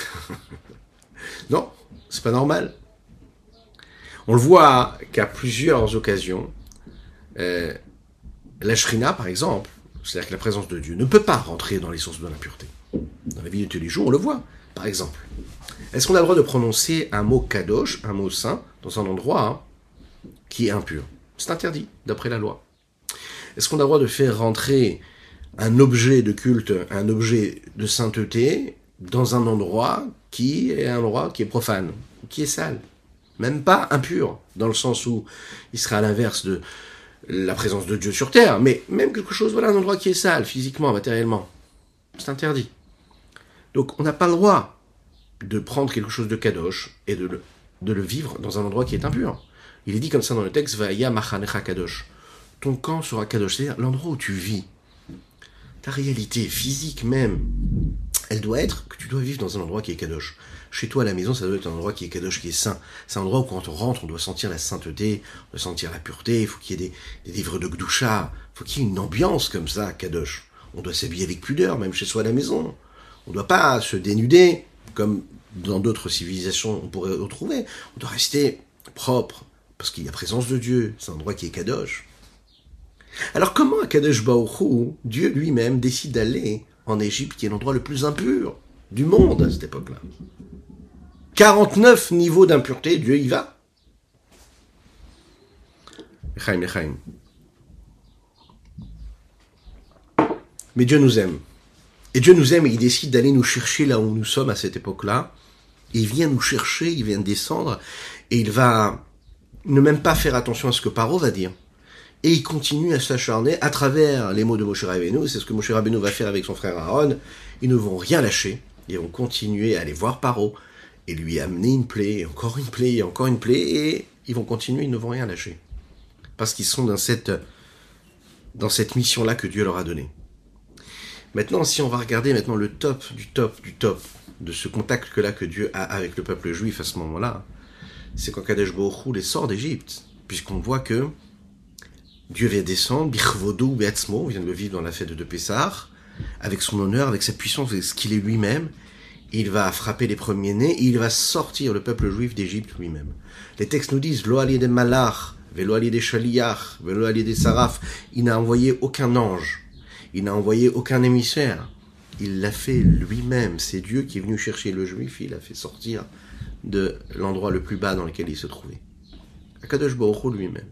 Non, c'est pas normal. On le voit qu'à plusieurs occasions, euh, la Shrina, par exemple, c'est-à-dire que la présence de Dieu ne peut pas rentrer dans les sources de l'impureté. Dans la vie de tous les jours, on le voit. Par exemple, est-ce qu'on a le droit de prononcer un mot kadosh, un mot saint, dans un endroit hein, qui est impur? C'est interdit, d'après la loi. Est-ce qu'on a le droit de faire rentrer un objet de culte, un objet de sainteté, dans un endroit qui est un endroit qui est profane, qui est sale? Même pas impur, dans le sens où il serait à l'inverse de la présence de Dieu sur terre, mais même quelque chose, voilà, un endroit qui est sale, physiquement, matériellement. C'est interdit. Donc on n'a pas le droit de prendre quelque chose de kadosh et de le, de le vivre dans un endroit qui est impur. Il est dit comme ça dans le texte, Vaya machanecha kadosh. Ton camp sera kadosh, c'est-à-dire l'endroit où tu vis. Ta réalité physique même, elle doit être que tu dois vivre dans un endroit qui est kadosh. Chez toi à la maison, ça doit être un endroit qui est kadosh, qui est saint. C'est un endroit où quand on rentre, on doit sentir la sainteté, on doit sentir la pureté, il faut qu'il y ait des, des livres de Gdusha, il faut qu'il y ait une ambiance comme ça, kadosh. On doit s'habiller avec pudeur, même chez soi à la maison. On ne doit pas se dénuder, comme dans d'autres civilisations on pourrait retrouver. On doit rester propre, parce qu'il y a présence de Dieu, c'est un endroit qui est kadosh. Alors comment à Kadosh Baruch Hu, Dieu lui-même décide d'aller en Égypte, qui est l'endroit le plus impur du monde à cette époque-là? quarante-neuf niveaux d'impureté, Dieu y va. Echaim, Echaim. Mais Dieu nous aime. Et Dieu nous aime et il décide d'aller nous chercher là où nous sommes à cette époque-là. Et il vient nous chercher, il vient descendre, et il va ne même pas faire attention à ce que Paro va dire. Et il continue à s'acharner à travers les mots de Moshe Rabbeinu. C'est ce que Moshe Rabbeinu va faire avec son frère Aaron. Ils ne vont rien lâcher. Ils vont continuer à aller voir Paro et lui amener une plaie, et encore une plaie, et encore une plaie, et ils vont continuer, ils ne vont rien lâcher. Parce qu'ils sont dans cette, dans cette mission-là que Dieu leur a donnée. Maintenant, si on va regarder maintenant le top du top du top de ce contact que là que Dieu a avec le peuple juif à ce moment-là, c'est quand Kadesh Baruch Hu les sort d'Égypte, puisqu'on voit que Dieu vient descendre, Bichvodu Beatzmo, on vient de le vivre dans la fête de Pessah, avec son honneur, avec sa puissance, avec ce qu'il est lui-même. Il va frapper les premiers-nés et il va sortir le peuple juif d'Égypte lui-même. Les textes nous disent, Lo ali de malach, velo ali de shaliach, velo ali de saraf. Il n'a envoyé aucun ange. Il n'a envoyé aucun émissaire. Il l'a fait lui-même. C'est Dieu qui est venu chercher le juif. Il l'a fait sortir de l'endroit le plus bas dans lequel il se trouvait. Akadosh Baruch Hu lui-même.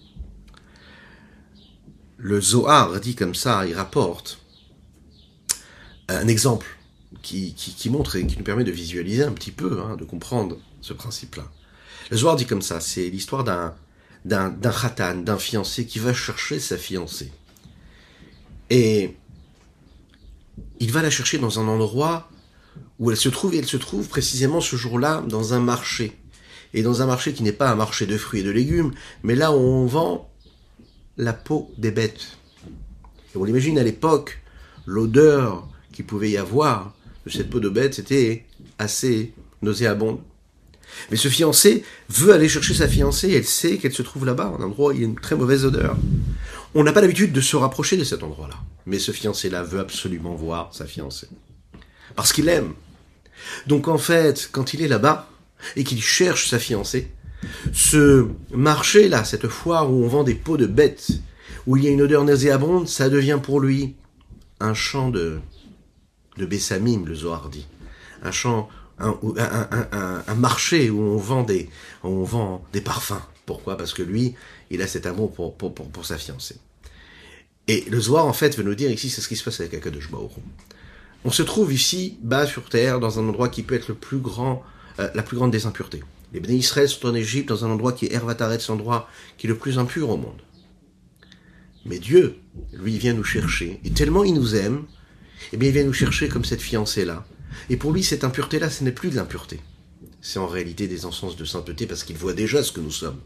Le Zohar dit comme ça, il rapporte un exemple qui, qui, qui montre et qui nous permet de visualiser un petit peu, hein, de comprendre ce principe-là. Le Zohar dit comme ça, c'est l'histoire d'un, d'un, d'un khatan, d'un fiancé qui va chercher sa fiancée. Et il va la chercher dans un endroit où elle se trouve, et elle se trouve précisément ce jour-là dans un marché. Et dans un marché qui n'est pas un marché de fruits et de légumes, mais là où on vend la peau des bêtes. Et on l'imagine à l'époque, l'odeur qu'il pouvait y avoir de cette peau de bête, c'était assez nauséabonde. Mais ce fiancé veut aller chercher sa fiancée, elle sait qu'elle se trouve là-bas, un endroit où il y a une très mauvaise odeur. On n'a pas l'habitude de se rapprocher de cet endroit-là. Mais ce fiancé-là veut absolument voir sa fiancée. Parce qu'il l'aime. Donc en fait, quand il est là-bas, et qu'il cherche sa fiancée, ce marché-là, cette foire où on vend des peaux de bêtes, où il y a une odeur nauséabonde, ça devient pour lui un champ de, de Bessamim, le Zohar dit. Un champ, un, un, un, un, un marché où on vend des, où on vend des parfums. Pourquoi ? Parce que lui, il a cet amour pour, pour, pour, pour sa fiancée. Et le Zohar, en fait, veut nous dire ici, c'est ce qui se passe avec Akadosh Baruch Hu. On se trouve ici, bas sur terre, dans un endroit qui peut être le plus grand, euh, la plus grande des impuretés. Les Béné Israël sont en Égypte, dans un endroit qui est Hervataret, l'endroit qui est le plus impur au monde. Mais Dieu, lui, vient nous chercher. Et tellement il nous aime, eh bien, il vient nous chercher comme cette fiancée-là. Et pour lui, cette impureté-là, ce n'est plus de l'impureté. C'est en réalité des encenses de sainteté, parce qu'il voit déjà ce que nous sommes.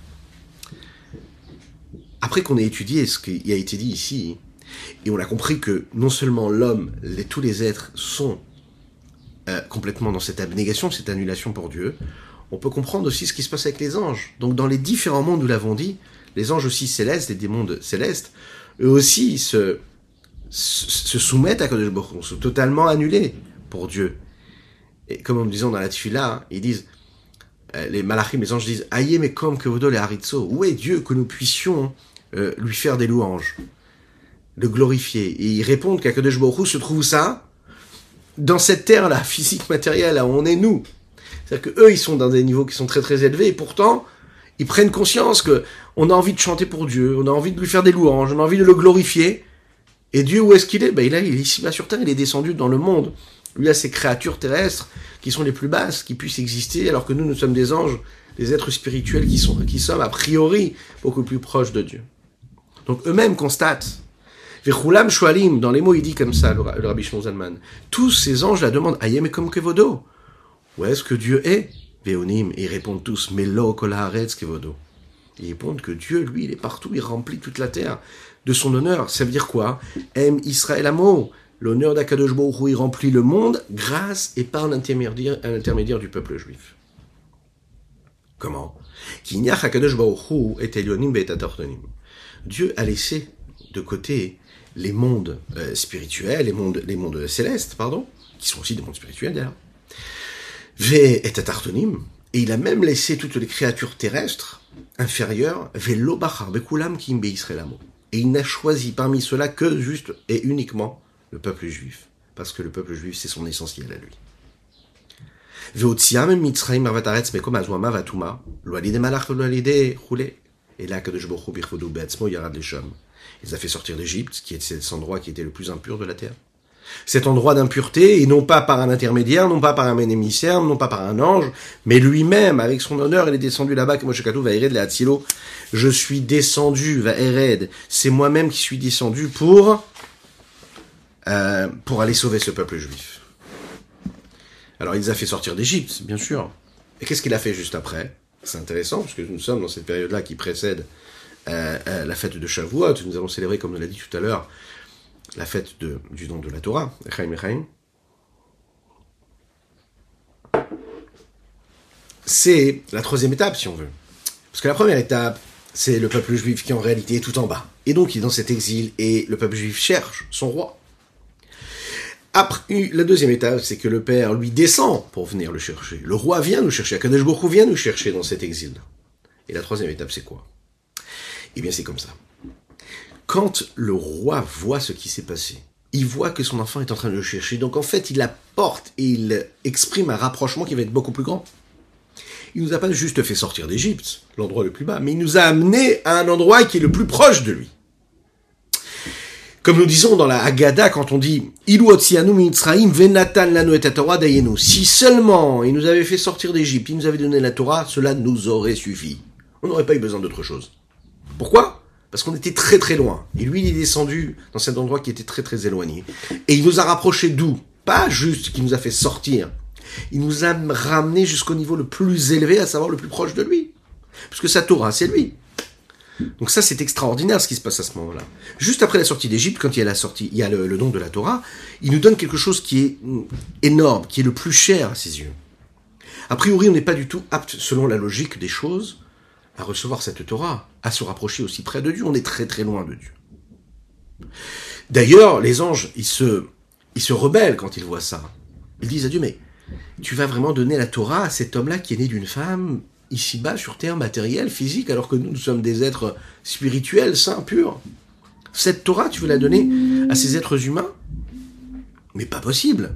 Après qu'on ait étudié ce qui a été dit ici, et on a compris que non seulement l'homme, les, tous les êtres sont euh, complètement dans cette abnégation, cette annulation pour Dieu, on peut comprendre aussi ce qui se passe avec les anges. Donc dans les différents mondes, nous l'avons dit, les anges aussi célestes, et des mondes célestes, eux aussi se, se, se soumettent à Kadosh Baruch Hu, sont totalement annulés pour Dieu. Et comme nous disons dans la Tfila, ils disent, euh, les malachim, les anges disent, Aïe mekom kevodo le haritzo, où est Dieu que nous puissions euh, lui faire des louanges, le glorifier. Et ils répondent qu'Akadosh Baruch Hu se trouve ça dans cette terre-là, physique, matérielle, là où on est nous. C'est-à-dire qu'eux, ils sont dans des niveaux qui sont très très élevés, et pourtant, ils prennent conscience que on a envie de chanter pour Dieu, on a envie de lui faire des louanges, on a envie de le glorifier. Et Dieu, où est-ce qu'il est ? Ben, il, est, il est ici-bas sur terre, il est descendu dans le monde. Lui a ces créatures terrestres qui sont les plus basses, qui puissent exister, alors que nous, nous sommes des anges, des êtres spirituels qui, sont, qui sommes a priori beaucoup plus proches de Dieu. Donc eux-mêmes constatent. Vechulam shoalim, dans les mots, il dit comme ça, le, le Rabbi Shimon Zalman. Tous ces anges la demandent, Ayem comme kevodo. Où est-ce que Dieu est ? Veonim, et ils répondent tous, Melo kol haaretz kevodo. Ils répondent que Dieu, lui, il est partout, il remplit toute la terre de son honneur. Ça veut dire quoi ? Em Israël amo. L'honneur d'Akadosh Baruch Hu, il remplit le monde grâce et par l'intermédiaire, l'intermédiaire du peuple juif. Comment ? Kinyach Akadosh Baruch Hu et Elyonim be'et atartonim. Dieu a laissé de côté les mondes euh, spirituels, les mondes, les mondes célestes, pardon, qui sont aussi des mondes spirituels d'ailleurs. Ve'et atartonim. Et il a même laissé toutes les créatures terrestres inférieures, ve'lo bachar bekulam kim be'Israël amo. Et il n'a choisi parmi ceux-là que juste et uniquement le peuple juif, parce que le peuple juif, c'est son essentiel à lui. Ve'otziam mitzrayim arvataretz mekom azwama vatuma, lo alide malach lo alide roulé. Et là, Kadosh Baruch Hu Birchodo Be'atzmo Yarad Lesham. Il les a fait sortir d'Égypte, qui est cet endroit qui était le plus impur de la terre. Cet endroit d'impureté, et non pas par un intermédiaire, non pas par un émissaire, non pas par un ange, mais lui-même, avec son honneur, il est descendu là-bas, que Moshe Katou va Ered le Hatzilo. Je suis descendu, va Ered. C'est moi-même qui suis descendu pour, euh, pour aller sauver ce peuple juif. Alors, il les a fait sortir d'Égypte, bien sûr. Et qu'est-ce qu'il a fait juste après? C'est intéressant, parce que nous sommes dans cette période-là qui précède euh, euh, la fête de Shavuot. Nous allons célébrer, comme on l'a dit tout à l'heure, la fête de, du don de la Torah, Echaim Echaim. C'est la troisième étape, si on veut. Parce que la première étape, c'est le peuple juif qui en réalité est tout en bas. Et donc il est dans cet exil, et le peuple juif cherche son roi. Après, la deuxième étape, c'est que le Père lui descend pour venir le chercher. Le roi vient nous chercher, Akadosh Baruch Hu vient nous chercher dans cet exil. Et la troisième étape, c'est quoi? Eh bien, c'est comme ça. Quand le roi voit ce qui s'est passé, il voit que son enfant est en train de le chercher. Donc, en fait, il apporte et il exprime un rapprochement qui va être beaucoup plus grand. Il nous a pas juste fait sortir d'Égypte, l'endroit le plus bas, mais il nous a amené à un endroit qui est le plus proche de lui. Comme nous disons dans la Haggadah, quand on dit « Ilu otzianu mitzraim venatan lanu et Torah dayenu » si seulement il nous avait fait sortir d'Égypte, il nous avait donné la Torah, cela nous aurait suffi. On n'aurait pas eu besoin d'autre chose. Pourquoi? Parce qu'on était très très loin. Et lui, il est descendu dans cet endroit qui était très très éloigné. Et il nous a rapprochés d'où? Pas juste qu'il nous a fait sortir. Il nous a ramenés jusqu'au niveau le plus élevé, à savoir le plus proche de lui. Parce que sa Torah, c'est lui. Donc ça, c'est extraordinaire ce qui se passe à ce moment-là. Juste après la sortie d'Égypte, quand il y a la sortie, il y a le, le don de la Torah, il nous donne quelque chose qui est énorme, qui est le plus cher à ses yeux. A priori, on n'est pas du tout apte, selon la logique des choses, à recevoir cette Torah, à se rapprocher aussi près de Dieu. On est très très loin de Dieu. D'ailleurs, les anges, ils se, ils se rebellent quand ils voient ça. Ils disent à Dieu, mais tu vas vraiment donner la Torah à cet homme-là qui est né d'une femme ici-bas, sur terre, matérielle, physique, alors que nous, nous sommes des êtres spirituels, saints, purs. Cette Torah, tu veux la donner à ces êtres humains? Mais pas possible.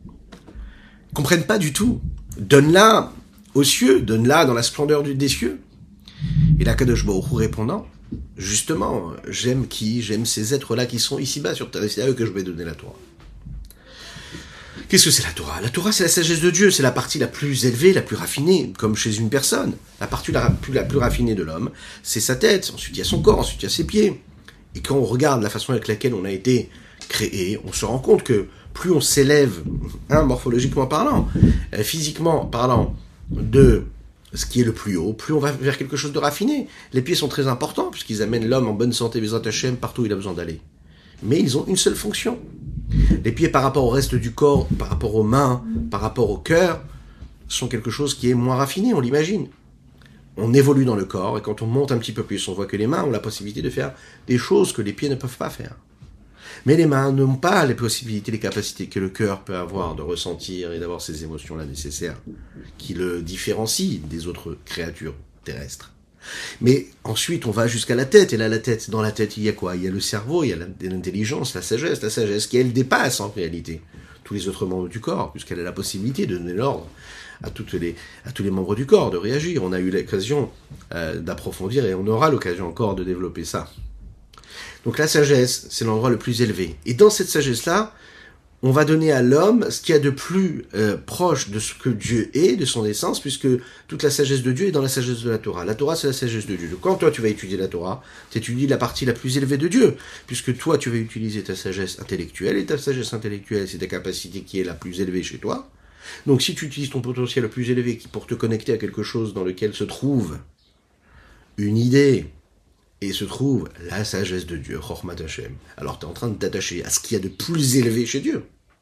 Ils comprennent pas du tout. Donne-la aux cieux, donne-la dans la splendeur des cieux. Et là, Kadosh Baruch Hu répondant, justement, j'aime qui? J'aime ces êtres-là qui sont ici-bas, sur terre, et c'est à eux que je vais donner la Torah. Qu'est-ce que c'est la Torah? La Torah, c'est la sagesse de Dieu, c'est la partie la plus élevée, la plus raffinée, comme chez une personne. La partie la plus, la plus raffinée de l'homme, c'est sa tête, ensuite il y a son corps, ensuite il y a ses pieds. Et quand on regarde la façon avec laquelle on a été créé, on se rend compte que plus on s'élève, hein, morphologiquement parlant, euh, physiquement parlant, de ce qui est le plus haut, plus on va vers quelque chose de raffiné. Les pieds sont très importants, puisqu'ils amènent l'homme en bonne santé, Bezrat Hashem, partout où il a besoin d'aller. Mais ils ont une seule fonction. Les pieds par rapport au reste du corps, par rapport aux mains, par rapport au cœur, sont quelque chose qui est moins raffiné, on l'imagine. On évolue dans le corps, et quand on monte un petit peu plus, on voit que les mains ont la possibilité de faire des choses que les pieds ne peuvent pas faire. Mais les mains n'ont pas les possibilités, les capacités que le cœur peut avoir de ressentir et d'avoir ces émotions-là nécessaires, qui le différencient des autres créatures terrestres. Mais ensuite, on va jusqu'à la tête, et là, la tête, dans la tête, il y a quoi? Il y a le cerveau, il y a l'intelligence, la sagesse, la sagesse qui, elle, dépasse en réalité tous les autres membres du corps, puisqu'elle a la possibilité de donner l'ordre à, toutes les, à tous les membres du corps, de réagir. On a eu l'occasion euh, d'approfondir, et on aura l'occasion encore de développer ça. Donc la sagesse, c'est l'endroit le plus élevé. Et dans cette sagesse-là, on va donner à l'homme ce qu'il y a de plus euh, proche de ce que Dieu est, de son essence, puisque toute la sagesse de Dieu est dans la sagesse de la Torah. La Torah, c'est la sagesse de Dieu. Donc quand toi, tu vas étudier la Torah, tu étudies la partie la plus élevée de Dieu, puisque toi, tu vas utiliser ta sagesse intellectuelle, et ta sagesse intellectuelle, c'est ta capacité qui est la plus élevée chez toi. Donc si tu utilises ton potentiel le plus élevé pour te connecter à quelque chose dans lequel se trouve une idée, et se trouve la sagesse de Dieu, Chochmat Hashem. Alors tu es en train de t'attacher à ce qu'il y a de plus élevé chez Dieu.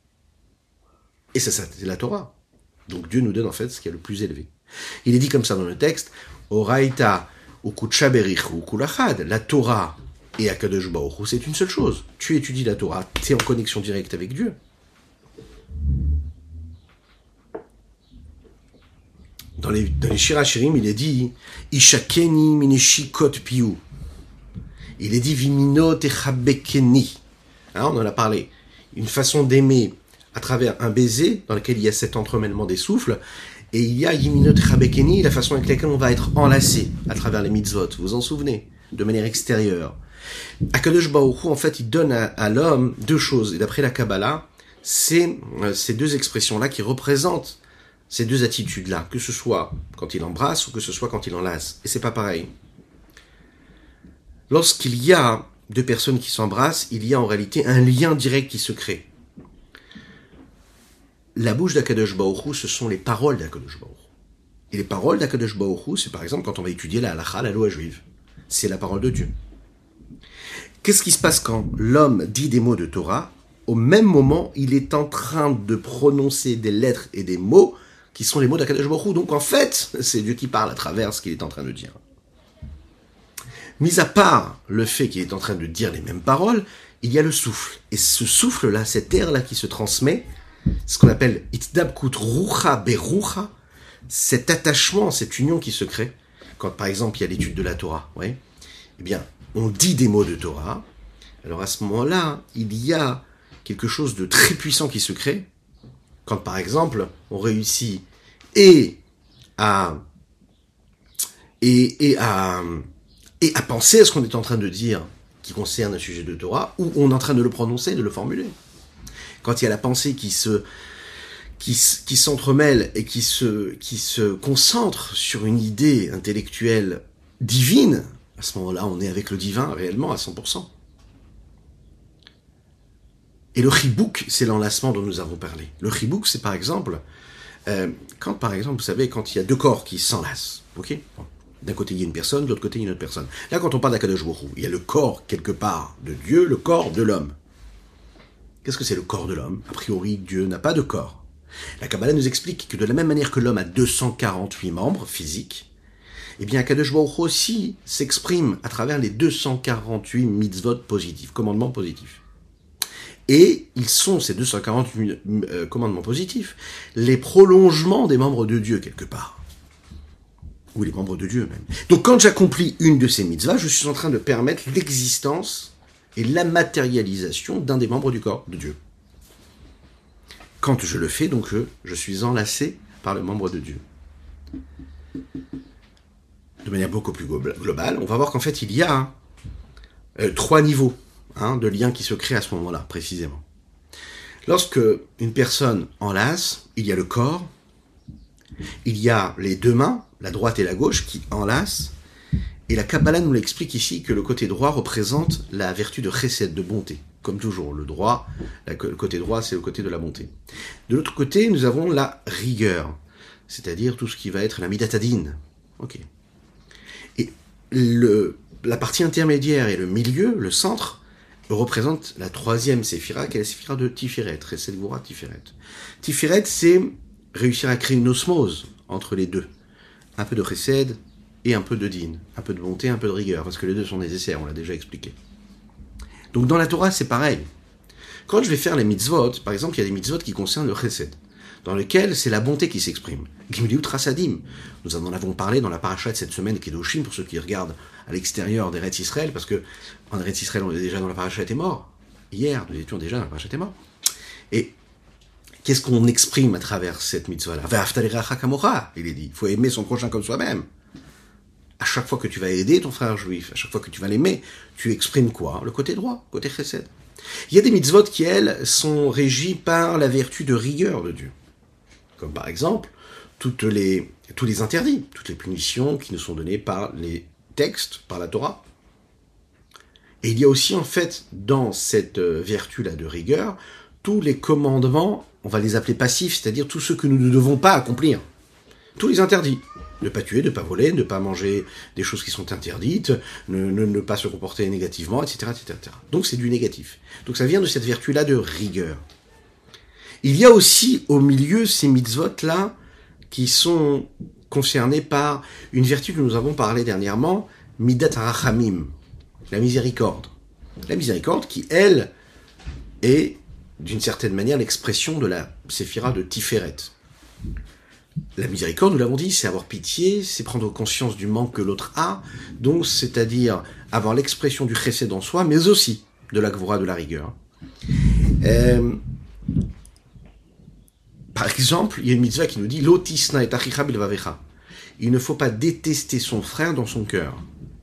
Et ça, c'est la Torah. Donc Dieu nous donne en fait ce qu'il y a le plus élevé. Il est dit comme ça dans le texte, Oraita ukutsha berichu kulachad. La Torah et Akadosh Baruch Hu, c'est une seule chose. Tu étudies la Torah, tu es en connexion directe avec Dieu. Dans les, dans les Shir HaShirim, il est dit, Ishakeni mineshikot piu. Il est dit Vimino techabekeni. Hein, on en a parlé. Une façon d'aimer à travers un baiser dans lequel il y a cet entremêlement des souffles Et il y a Yiminot Chabekeni, la façon avec laquelle on va être enlacé à travers les mitzvot. Vous vous en souvenez? De manière extérieure. Akadosh Baruch Hu, en fait, il donne à, à l'homme deux choses. Et d'après la Kabbalah, c'est euh, ces deux expressions-là qui représentent ces deux attitudes-là, que ce soit quand il embrasse ou que ce soit quand il enlace. Et c'est pas pareil. Lorsqu'il y a deux personnes qui s'embrassent, il y a en réalité un lien direct qui se crée. La bouche d'Akadosh Baruch Hu, ce sont les paroles d'Akadosh Baruch Hu. Et les paroles d'Akadosh Baruch Hu, c'est par exemple quand on va étudier la halakha, la loi juive. C'est la parole de Dieu. Qu'est-ce qui se passe quand l'homme dit des mots de Torah? Au même moment, il est en train de prononcer des lettres et des mots qui sont les mots d'Akadosh Baruch Hu. Donc en fait, c'est Dieu qui parle à travers ce qu'il est en train de dire. Mis à part le fait qu'il est en train de dire les mêmes paroles, il y a le souffle. Et ce souffle-là, cet air-là qui se transmet, ce qu'on appelle itdabkut rucha berucha, cet attachement, cette union qui se crée, quand par exemple il y a l'étude de la Torah, ouais, eh bien, on dit des mots de Torah, alors à ce moment-là, il y a quelque chose de très puissant qui se crée, quand par exemple, on réussit et à, et, et à, et à penser à ce qu'on est en train de dire, qui concerne un sujet de Torah, ou on est en train de le prononcer, de le formuler. Quand il y a la pensée qui se, qui, qui s'entremêle et qui se, qui se concentre sur une idée intellectuelle divine, à ce moment-là, on est avec le divin réellement à cent pour cent. Et le chibouk, c'est l'enlacement dont nous avons parlé. Le chibouk, c'est par exemple, euh, quand par exemple, vous savez, quand il y a deux corps qui s'enlacent, ok, bon. D'un côté, il y a une personne, de l'autre côté, il y a une autre personne. Là, quand on parle d'Akadosh Baruch Hu, il y a le corps, quelque part, de Dieu, le corps de l'homme. Qu'est-ce que c'est le corps de l'homme? A priori, Dieu n'a pas de corps. La Kabbalah nous explique que de la même manière que l'homme a deux cent quarante-huit membres physiques, eh bien, Akadosh Baruch Hu aussi s'exprime à travers les deux cent quarante-huit mitzvot positifs, commandements positifs. Et ils sont, ces deux cent quarante-huit euh, commandements positifs, les prolongements des membres de Dieu, quelque part. Ou les membres de Dieu même. Donc quand j'accomplis une de ces mitzvahs, je suis en train de permettre l'existence et la matérialisation d'un des membres du corps de Dieu. Quand je le fais, donc je, je suis enlacé par le membre de Dieu. De manière beaucoup plus globale, on va voir qu'en fait il y a euh, trois niveaux hein, de liens qui se créent à ce moment-là, précisément. Lorsque une personne enlace, il y a le corps, il y a les deux mains, la droite et la gauche, qui enlacent, et la Kabbalah nous l'explique ici que le côté droit représente la vertu de chesed, de bonté. Comme toujours, le droit, la, le côté droit, c'est le côté de la bonté. De l'autre côté, nous avons la rigueur, c'est-à-dire tout ce qui va être la midat hadin. Ok. Et le, la partie intermédiaire et le milieu, le centre, représente la troisième séphira, qui est la séphira de Tiferet, chesed gvura Tiferet. Tiferet, c'est réussir à créer une osmose entre les deux. Un peu de chesed et un peu de din, un peu de bonté, un peu de rigueur, parce que les deux sont nécessaires, on l'a déjà expliqué. Donc dans la Torah, c'est pareil. Quand je vais faire les mitzvot, par exemple, il y a des mitzvot qui concernent le chesed, dans lesquels c'est la bonté qui s'exprime. Gimliut Rasadim. Nous en avons parlé dans la paracha de cette semaine, Kedoshim, pour ceux qui regardent à l'extérieur d'Eretz Israël, parce que en Eretz Israël, on est déjà dans la paracha était mort. Hier, nous étions déjà dans la paracha était mort. Et qu'est-ce qu'on exprime à travers cette mitzvah-là? Il est dit. Il faut aimer son prochain comme soi-même. À chaque fois que tu vas aider ton frère juif, à chaque fois que tu vas l'aimer, tu exprimes quoi? Le côté droit, côté chesed. Il y a des mitzvot qui, elles, sont régies par la vertu de rigueur de Dieu. Comme par exemple, toutes les, tous les interdits, toutes les punitions qui nous sont données par les textes, par la Torah. Et il y a aussi, en fait, dans cette vertu-là de rigueur, tous les commandements, on va les appeler passifs, c'est-à-dire tous ceux que nous ne devons pas accomplir. Tous les interdits. Ne pas tuer, ne pas voler, ne pas manger des choses qui sont interdites, ne, ne, ne pas se comporter négativement, et cetera, et cetera. Donc c'est du négatif. Donc ça vient de cette vertu-là de rigueur. Il y a aussi au milieu ces mitzvot-là qui sont concernés par une vertu que nous avons parlé dernièrement, Midat Rachamim, la miséricorde. La miséricorde qui, elle, est d'une certaine manière l'expression de la séphira de Tiferet. La miséricorde, nous l'avons dit, c'est avoir pitié, c'est prendre conscience du manque que l'autre a, donc c'est-à-dire avoir l'expression du chesed en soi, mais aussi de la gvura, de la rigueur. Euh, Par exemple, il y a une mitzvah qui nous dit « Lotisna et achicha bilvavecha ». Il ne faut pas détester son frère dans son cœur.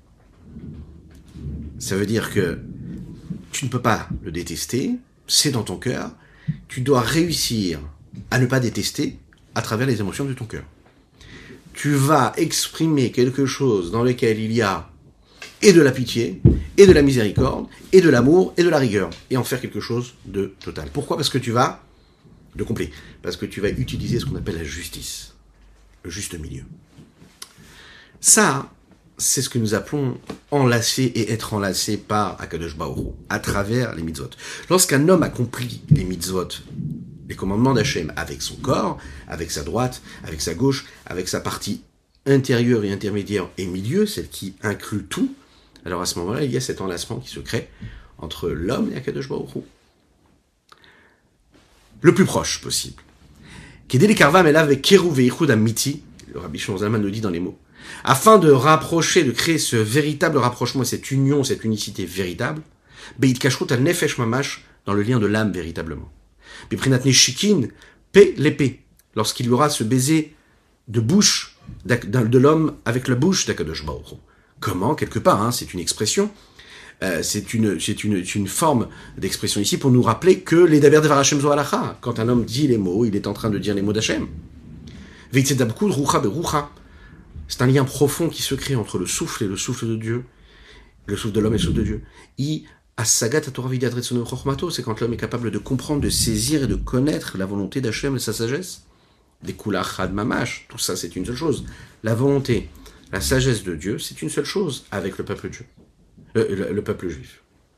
Ça veut dire que tu ne peux pas le détester, c'est dans ton cœur. Tu dois réussir à ne pas détester à travers les émotions de ton cœur. Tu vas exprimer quelque chose dans lequel il y a et de la pitié, et de la miséricorde, et de l'amour, et de la rigueur, et en faire quelque chose de total. Pourquoi ? Parce que tu vas, de complet, parce que tu vas utiliser ce qu'on appelle la justice, le juste milieu. Ça, c'est ce que nous appelons enlacer et être enlacé par Akadosh Baruch Hu, à travers les mitzvot. Lorsqu'un homme accomplit les mitzvot, les commandements d'Hachem, avec son corps, avec sa droite, avec sa gauche, avec sa partie intérieure et intermédiaire et milieu, celle qui inclut tout, alors à ce moment-là, il y a cet enlacement qui se crée entre l'homme et Akadosh Baruch Hu. Le plus proche possible. Kedele karvam elav vekeru veichud amiti, le Rabbi Shimon Zalman nous dit dans les mots, afin de rapprocher, de créer ce véritable rapprochement, cette union, cette unicité véritable, beit kashrut al nefesh mamash, dans le lien de l'âme véritablement. Biprinat neshikin, pe l'épée, lorsqu'il y aura ce baiser de bouche de l'homme avec la bouche d'Akadosh Baruch Hu. Comment ? Quelque part, hein, c'est une expression, euh, c'est une, c'est une, c'est une forme d'expression ici pour nous rappeler que les daber devar Hashem zo halacha. Quand un homme dit les mots, il est en train de dire les mots d'Hachem. Veitzedabkud rucha berucha. C'est un lien profond qui se crée entre le souffle et le souffle de Dieu, le souffle de l'homme et le souffle de Dieu. I asagat atorah vidat retzono chokhmato, c'est quand l'homme est capable de comprendre, de saisir et de connaître la volonté d'Hachem et sa sagesse. Des kulach had mamash, tout ça c'est une seule chose. La volonté, la sagesse de Dieu, c'est une seule chose avec le peuple Dieu, euh, le, le peuple juif.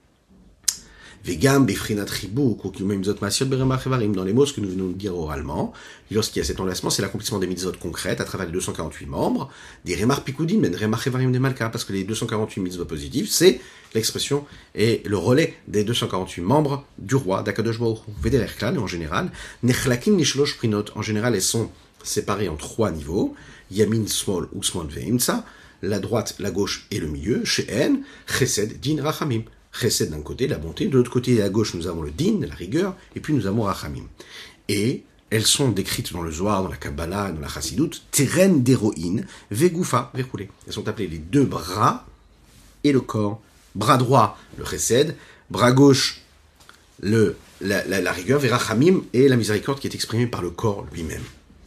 Vegam befrinat chibuk ou kiumim mitzvot ma'asiyot beremach evarim, dans les mots ce que nous venons de dire oralement, lorsqu'il y a cet enlacement, c'est l'accomplissement des mitzvot concrètes à travers les deux cent quarante-huit membres, des remach pikudim, men remach evarim de malka, parce que les deux cent quarante-huit mitzvot positifs, c'est l'expression et le relais des deux cent quarante-huit membres du roi d'Akadosh Baruch Hu. Vederech klal, en général, nechlakim nishlosh prinot, en général elles sont séparées en trois niveaux, yamin, smol ou smol veimtsa, la droite, la gauche et le milieu, she'en, chesed, din, rachamim. Chesed d'un côté, la bonté, de l'autre côté, à gauche, nous avons le din, la rigueur, et puis nous avons rachamim. Et elles sont décrites dans le Zohar, dans la Kabbalah, dans la Chassidut, teren d'héroïne, vegufa, vekoulé. Elles sont appelées les deux bras et le corps. Bras droit, le chesed, bras gauche, le, la, la, la rigueur, verachamim, et la miséricorde qui est exprimée par le corps lui-même.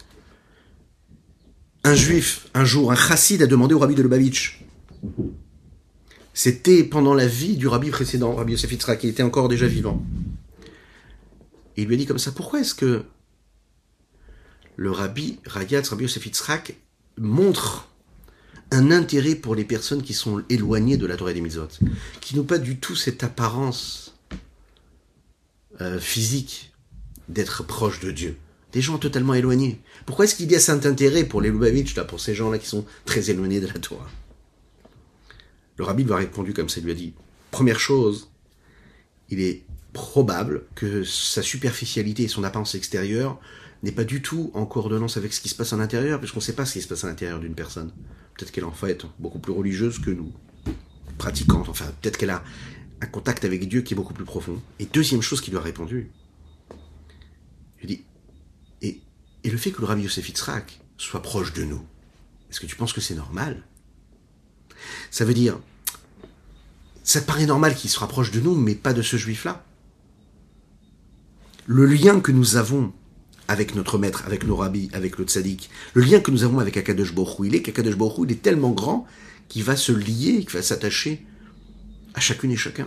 Un juif, un jour, un chassid a demandé au rabbi de Lubavitch. C'était pendant la vie du rabbi précédent, Rabbi Yosef Yitzhak, qui était encore déjà vivant. Et il lui a dit comme ça, pourquoi est-ce que le rabbi Rayatz, Rabbi Yosef Yitzhak, montre un intérêt pour les personnes qui sont éloignées de la Torah et des mitzvot, qui n'ont pas du tout cette apparence euh, physique d'être proches de Dieu, des gens totalement éloignés. Pourquoi est-ce qu'il y a cet intérêt pour les Lubavitch, là, pour ces gens-là qui sont très éloignés de la Torah ? Le rabbi lui a répondu comme ça, il lui a dit, première chose, il est probable que sa superficialité et son apparence extérieure n'est pas du tout en coordonnance avec ce qui se passe à l'intérieur, puisqu'on ne sait pas ce qui se passe à l'intérieur d'une personne. Peut-être qu'elle est en fait beaucoup plus religieuse que nous, pratiquante, enfin, peut-être qu'elle a un contact avec Dieu qui est beaucoup plus profond. Et deuxième chose qu'il lui a répondu, il dit, et, et le fait que le rabbi Yosef Yitzhak soit proche de nous, est-ce que tu penses que c'est normal ? Ça veut dire, ça te paraît normal qu'il se rapproche de nous, mais pas de ce juif-là. Le lien que nous avons avec notre maître, avec nos rabbis, avec le tzaddik, le lien que nous avons avec Akadosh Baruch Hu, il est qu'Akadosh Baruch Hu, il est tellement grand qu'il va se lier, qu'il va s'attacher à chacune et chacun.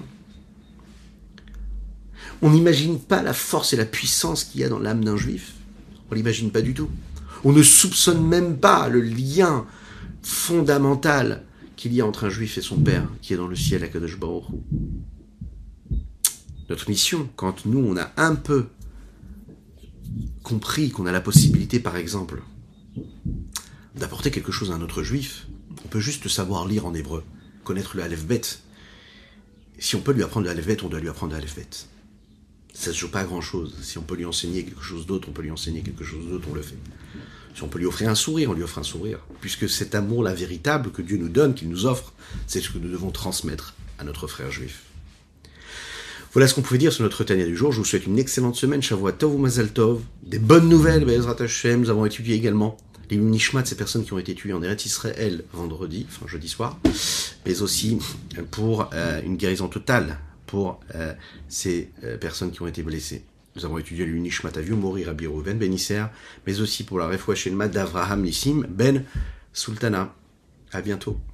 On n'imagine pas la force et la puissance qu'il y a dans l'âme d'un juif. On l'imagine pas du tout. On ne soupçonne même pas le lien fondamental qu'il y a entre un juif et son père, qui est dans le ciel, Akadosh Baruch Hu. Notre mission, quand nous, on a un peu compris qu'on a la possibilité, par exemple, d'apporter quelque chose à un autre juif, on peut juste savoir lire en hébreu, connaître le Aleph Bet. Si on peut lui apprendre le Aleph Bet, on doit lui apprendre le Aleph Bet. Ça ne se joue pas à grand-chose. Si on peut lui enseigner quelque chose d'autre, on peut lui enseigner quelque chose d'autre, on le fait. Si on peut lui offrir un sourire, on lui offre un sourire. Puisque cet amour-là véritable que Dieu nous donne, qu'il nous offre, c'est ce que nous devons transmettre à notre frère juif. Voilà ce qu'on pouvait dire sur notre Tania du jour. Je vous souhaite une excellente semaine. Shavua Tov ou Mazal Tov. Des bonnes nouvelles, Be'ezrat Hashem. Nous avons étudié également les Nishmat, ces personnes qui ont été tuées en Eretz Israël vendredi, enfin jeudi soir, mais aussi pour euh, une guérison totale pour euh, ces euh, personnes qui ont été blessées. Nous avons étudié le Nishmat Aviou, Mori Rabbi Reuven Ben Isser, mais aussi pour la Refoua Shelma d'Avraham Nissim Ben Sultana. À bientôt.